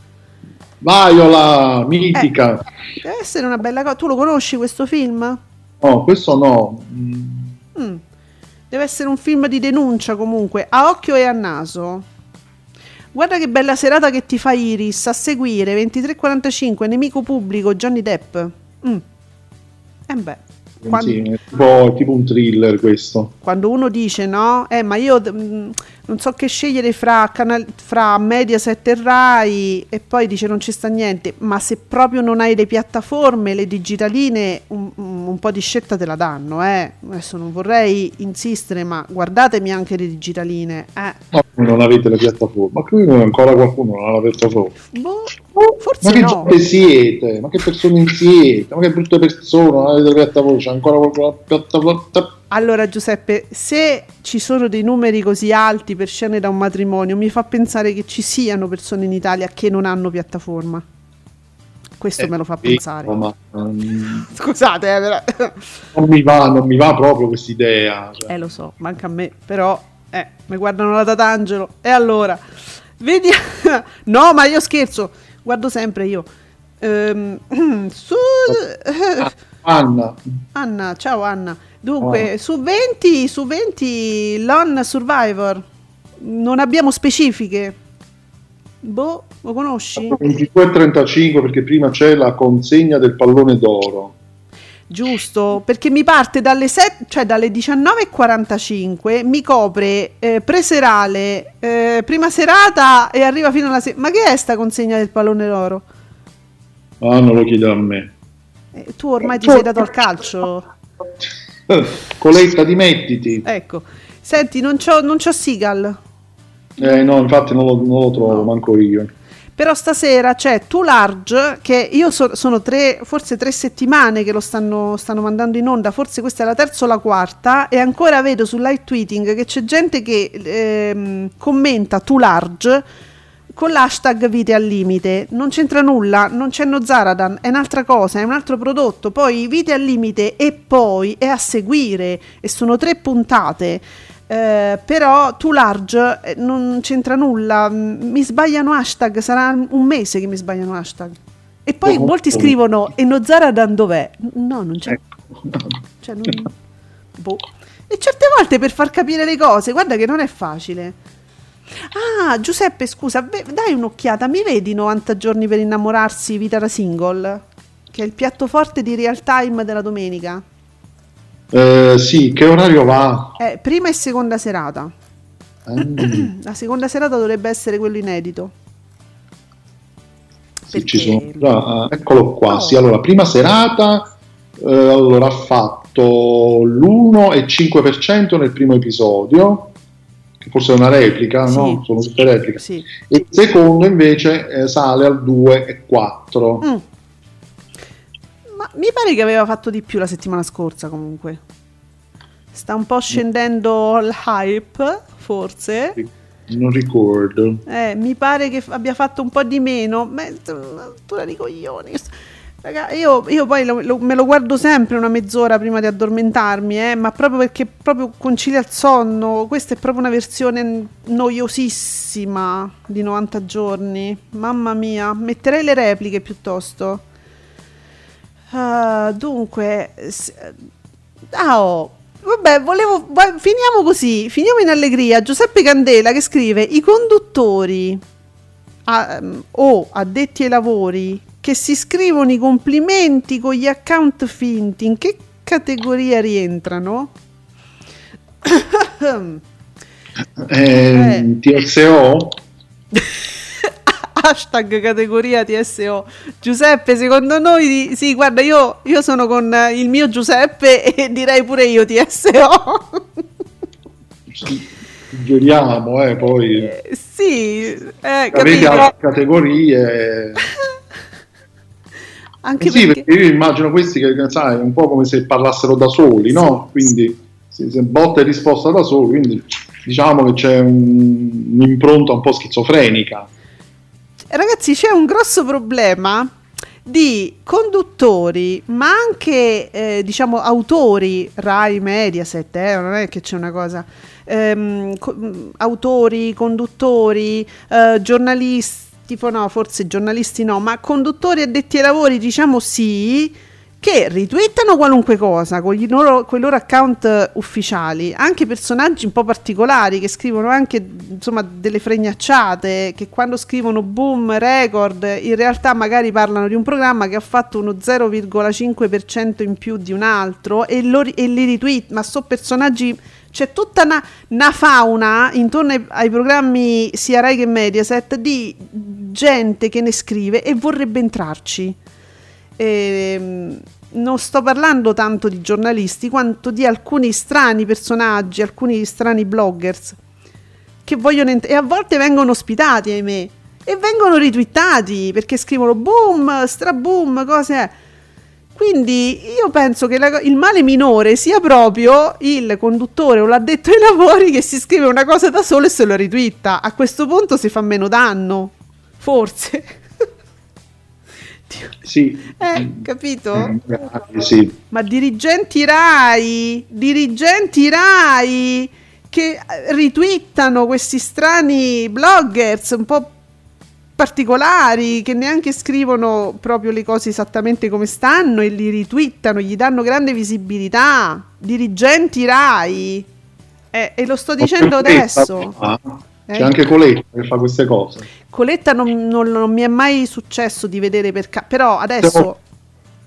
Viola, mitica.
Eh, deve essere una bella cosa. Tu lo conosci questo film?
No, questo no.
Mm. Deve essere un film di denuncia, comunque, a occhio e a naso. Guarda che bella serata che ti fa Iris. A seguire ventitré e quarantacinque, Nemico pubblico, Johnny Depp. Mm. E beh, quando...
sì, è tipo, tipo un thriller questo.
Quando uno dice no, eh ma io mh, non so che scegliere fra, canal- fra Mediaset e Rai, e poi dice non ci sta niente, ma se proprio non hai le piattaforme, le digitaline, un, un po' di scelta te la danno, eh. Adesso non vorrei insistere, ma guardatemi anche le digitaline, eh.
No, non avete le piattaforme, ma qui ancora qualcuno non ha la piattaforma.
Boh, forse
ma che
no.
gente siete? Ma che persone siete? Ma che brutte persone, non avete le piattaforme, c'è ancora qualcuno la piattaforma?
Allora Giuseppe, se ci sono dei numeri così alti per scene da un matrimonio, mi fa pensare che ci siano persone in Italia che non hanno piattaforma. Questo eh, me lo fa pensare. Ma, um, scusate, eh, però.
non mi va, non mi va proprio questa idea. Cioè.
Eh, lo so, manca a me, però eh, mi guardano la Tatangelo. E allora, vedi? No, ma io scherzo, guardo sempre io. Ehm, su...
ah, Anna.
Anna, ciao Anna. Dunque, oh. su venti, su venti Lone Survivor non abbiamo specifiche. Boh, lo conosci?
ventidue e trentacinque, perché prima c'è la consegna del pallone d'oro.
Giusto, perché mi parte dalle set, cioè dalle diciannove e quarantacinque, mi copre eh, preserale, eh, prima serata e arriva fino alla sera. Ma che è sta consegna del pallone d'oro?
Ah, non lo chiedo a me.
Eh, tu ormai ti sei dato al calcio.
Coletta, dimettiti.
Ecco, senti, non c'ho, non c'ho Seagal.
Eh no, infatti non lo, non lo trovo, no. Manco io.
Però stasera c'è Too Large, che io so, sono tre, forse tre settimane che lo stanno, stanno mandando in onda, forse questa è la terza o la quarta, e ancora vedo sul live tweeting che c'è gente che ehm, commenta Too Large con l'hashtag vite al limite. Non c'entra nulla, non c'è no Zaradan, è un'altra cosa, è un altro prodotto. Poi vite al limite e poi è a seguire, e sono tre puntate. Eh, però Too Large eh, non c'entra nulla, mi sbagliano hashtag, sarà un mese che mi sbagliano hashtag, e poi oh, molti oh. scrivono e no Zaradan dov'è? No, non c'è, ecco. Cioè, non... boh. E certe volte per far capire le cose, guarda che non è facile. Ah, Giuseppe, scusa, beh, dai un'occhiata, mi vedi novanta giorni per innamorarsi, vita da single, che è il piatto forte di Real Time della domenica?
Eh, sì, che orario va?
Eh, prima e seconda serata. Mm. La seconda serata dovrebbe essere quello inedito.
Sì,
perché...
ci sono già, eccolo qua.
Oh.
Sì, allora, prima serata, eh, allora ha fatto l'uno e cinque per cento nel primo episodio, che forse è una replica, sì. No? Sono tutte repliche.
Sì.
E il secondo invece eh, sale al due e quattro.
Mm. Ma mi pare che aveva fatto di più la settimana scorsa, comunque. Sta un po' scendendo il hype, forse.
Non ricordo.
Eh, mi pare che abbia fatto un po' di meno. Mezz'ora di coglioni. Raga, io, io poi lo, lo, me lo guardo sempre una mezz'ora prima di addormentarmi, eh, ma proprio perché proprio concilia il sonno. Questa è proprio una versione noiosissima di novanta giorni. Mamma mia, metterei le repliche piuttosto. Uh, dunque, ah, oh, vabbè, volevo va, finiamo così, finiamo in allegria. Giuseppe Candela che scrive: i conduttori a, um, o addetti ai lavori che si scrivono i complimenti con gli account finti, in che categoria rientrano?
eh, eh. T S O?
Hashtag categoria T S O. Giuseppe, secondo noi sì, guarda, io, io sono con il mio Giuseppe e direi pure io T S O.
Suggeriamo, eh, poi
eh, sì, eh,
avete altre categorie.
Anche
eh sì,
perché...
perché io immagino questi che, sai, è un po' come se parlassero da soli, no? Sì, quindi sì. Se botta e risposta da soli, quindi diciamo che c'è un, un'impronta un po' schizofrenica.
Ragazzi, c'è un grosso problema di conduttori, ma anche eh, diciamo autori, Rai, Mediaset, eh, non è che c'è una cosa, ehm, co- autori, conduttori, eh, giornalisti, no, forse giornalisti no, ma conduttori addetti ai lavori, diciamo sì, che ritwittano qualunque cosa con i loro, con i loro account ufficiali, anche personaggi un po' particolari che scrivono anche insomma delle fregnacciate, che quando scrivono boom record in realtà magari parlano di un programma che ha fatto uno zero virgola cinque per cento in più di un altro e, lo, e li retweet, ma so personaggi, c'è tutta una, una fauna intorno ai, ai programmi sia Rai che Mediaset di gente che ne scrive e vorrebbe entrarci. Eh, non sto parlando tanto di giornalisti quanto di alcuni strani personaggi, alcuni strani bloggers che vogliono ent- e a volte vengono ospitati, ahimè, e vengono ritwittati perché scrivono boom, straboom, cose. Quindi io penso che la, il male minore sia proprio il conduttore o l'addetto ai lavori che si scrive una cosa da solo e se lo ritwitta. A questo punto si fa meno danno, forse.
Sì.
Eh, capito?
Eh, sì.
Ma dirigenti Rai, dirigenti Rai che ritwittano questi strani bloggers un po' particolari che neanche scrivono proprio le cose esattamente come stanno e li ritwittano, gli danno grande visibilità. Dirigenti Rai. Eh, e lo sto dicendo adesso.
C'è eh? anche Coletta che fa queste cose.
Coletta non, non, non mi è mai successo di vedere per ca- però adesso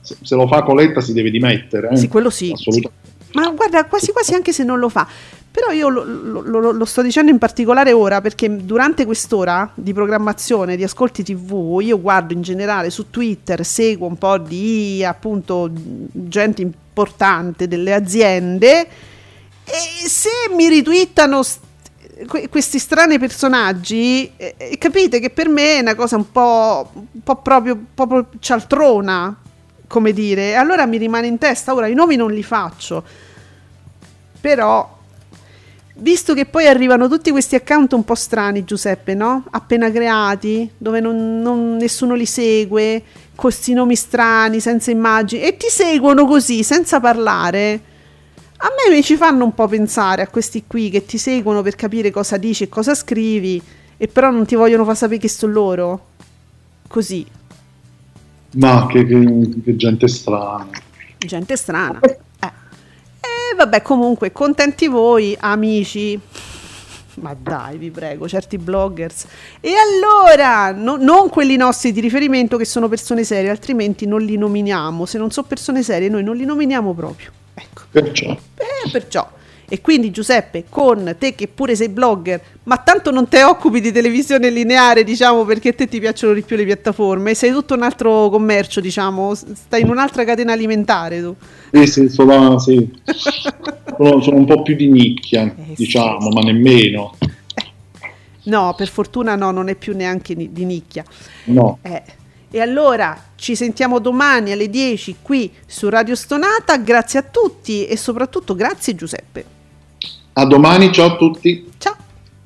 se, se lo fa Coletta si deve dimettere. Eh?
Sì, quello sì.
Assolutamente.
Ma guarda, quasi quasi anche se non lo fa. Però io lo, lo, lo, lo sto dicendo in particolare ora perché durante quest'ora di programmazione, di ascolti tivù, io guardo in generale su Twitter, seguo un po' di appunto gente importante delle aziende e se mi ritwittano st- que- questi strani personaggi, eh, capite che per me è una cosa un po', un po' proprio, proprio cialtrona, come dire, allora mi rimane in testa. Ora i nomi non li faccio, però visto che poi arrivano tutti questi account un po' strani, Giuseppe, no? Appena creati, dove non, non, nessuno li segue, con questi nomi strani, senza immagini, e ti seguono così, senza parlare, a me mi ci fanno un po' pensare a questi qui che ti seguono per capire cosa dici e cosa scrivi, e però non ti vogliono far sapere che sono loro. Così.
Ma che, che, che gente strana.
Gente strana. E vabbè, comunque, contenti voi, amici. Ma dai, vi prego, certi bloggers. E allora, no, non quelli nostri di riferimento che sono persone serie, altrimenti non li nominiamo. Se non sono persone serie, noi non li nominiamo proprio. Ecco.
Perciò.
Eh, perciò. E quindi Giuseppe, con te che pure sei blogger, ma tanto non te occupi di televisione lineare, diciamo, perché a te ti piacciono di più le piattaforme, sei tutto un altro commercio, diciamo, stai in un'altra catena alimentare tu.
Sì, sì, sono, sì. sono, sono un po' più di nicchia, eh, diciamo, sì. Ma nemmeno.
No, per fortuna no, non è più neanche di, di nicchia.
No.
Eh. E allora ci sentiamo domani alle dieci qui su Radio Stonata, grazie a tutti e soprattutto grazie Giuseppe.
A domani, ciao a tutti.
Ciao.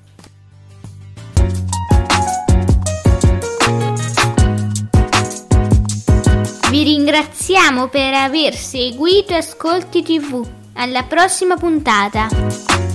Vi ringraziamo per aver seguito Ascolti tivù. Alla prossima puntata.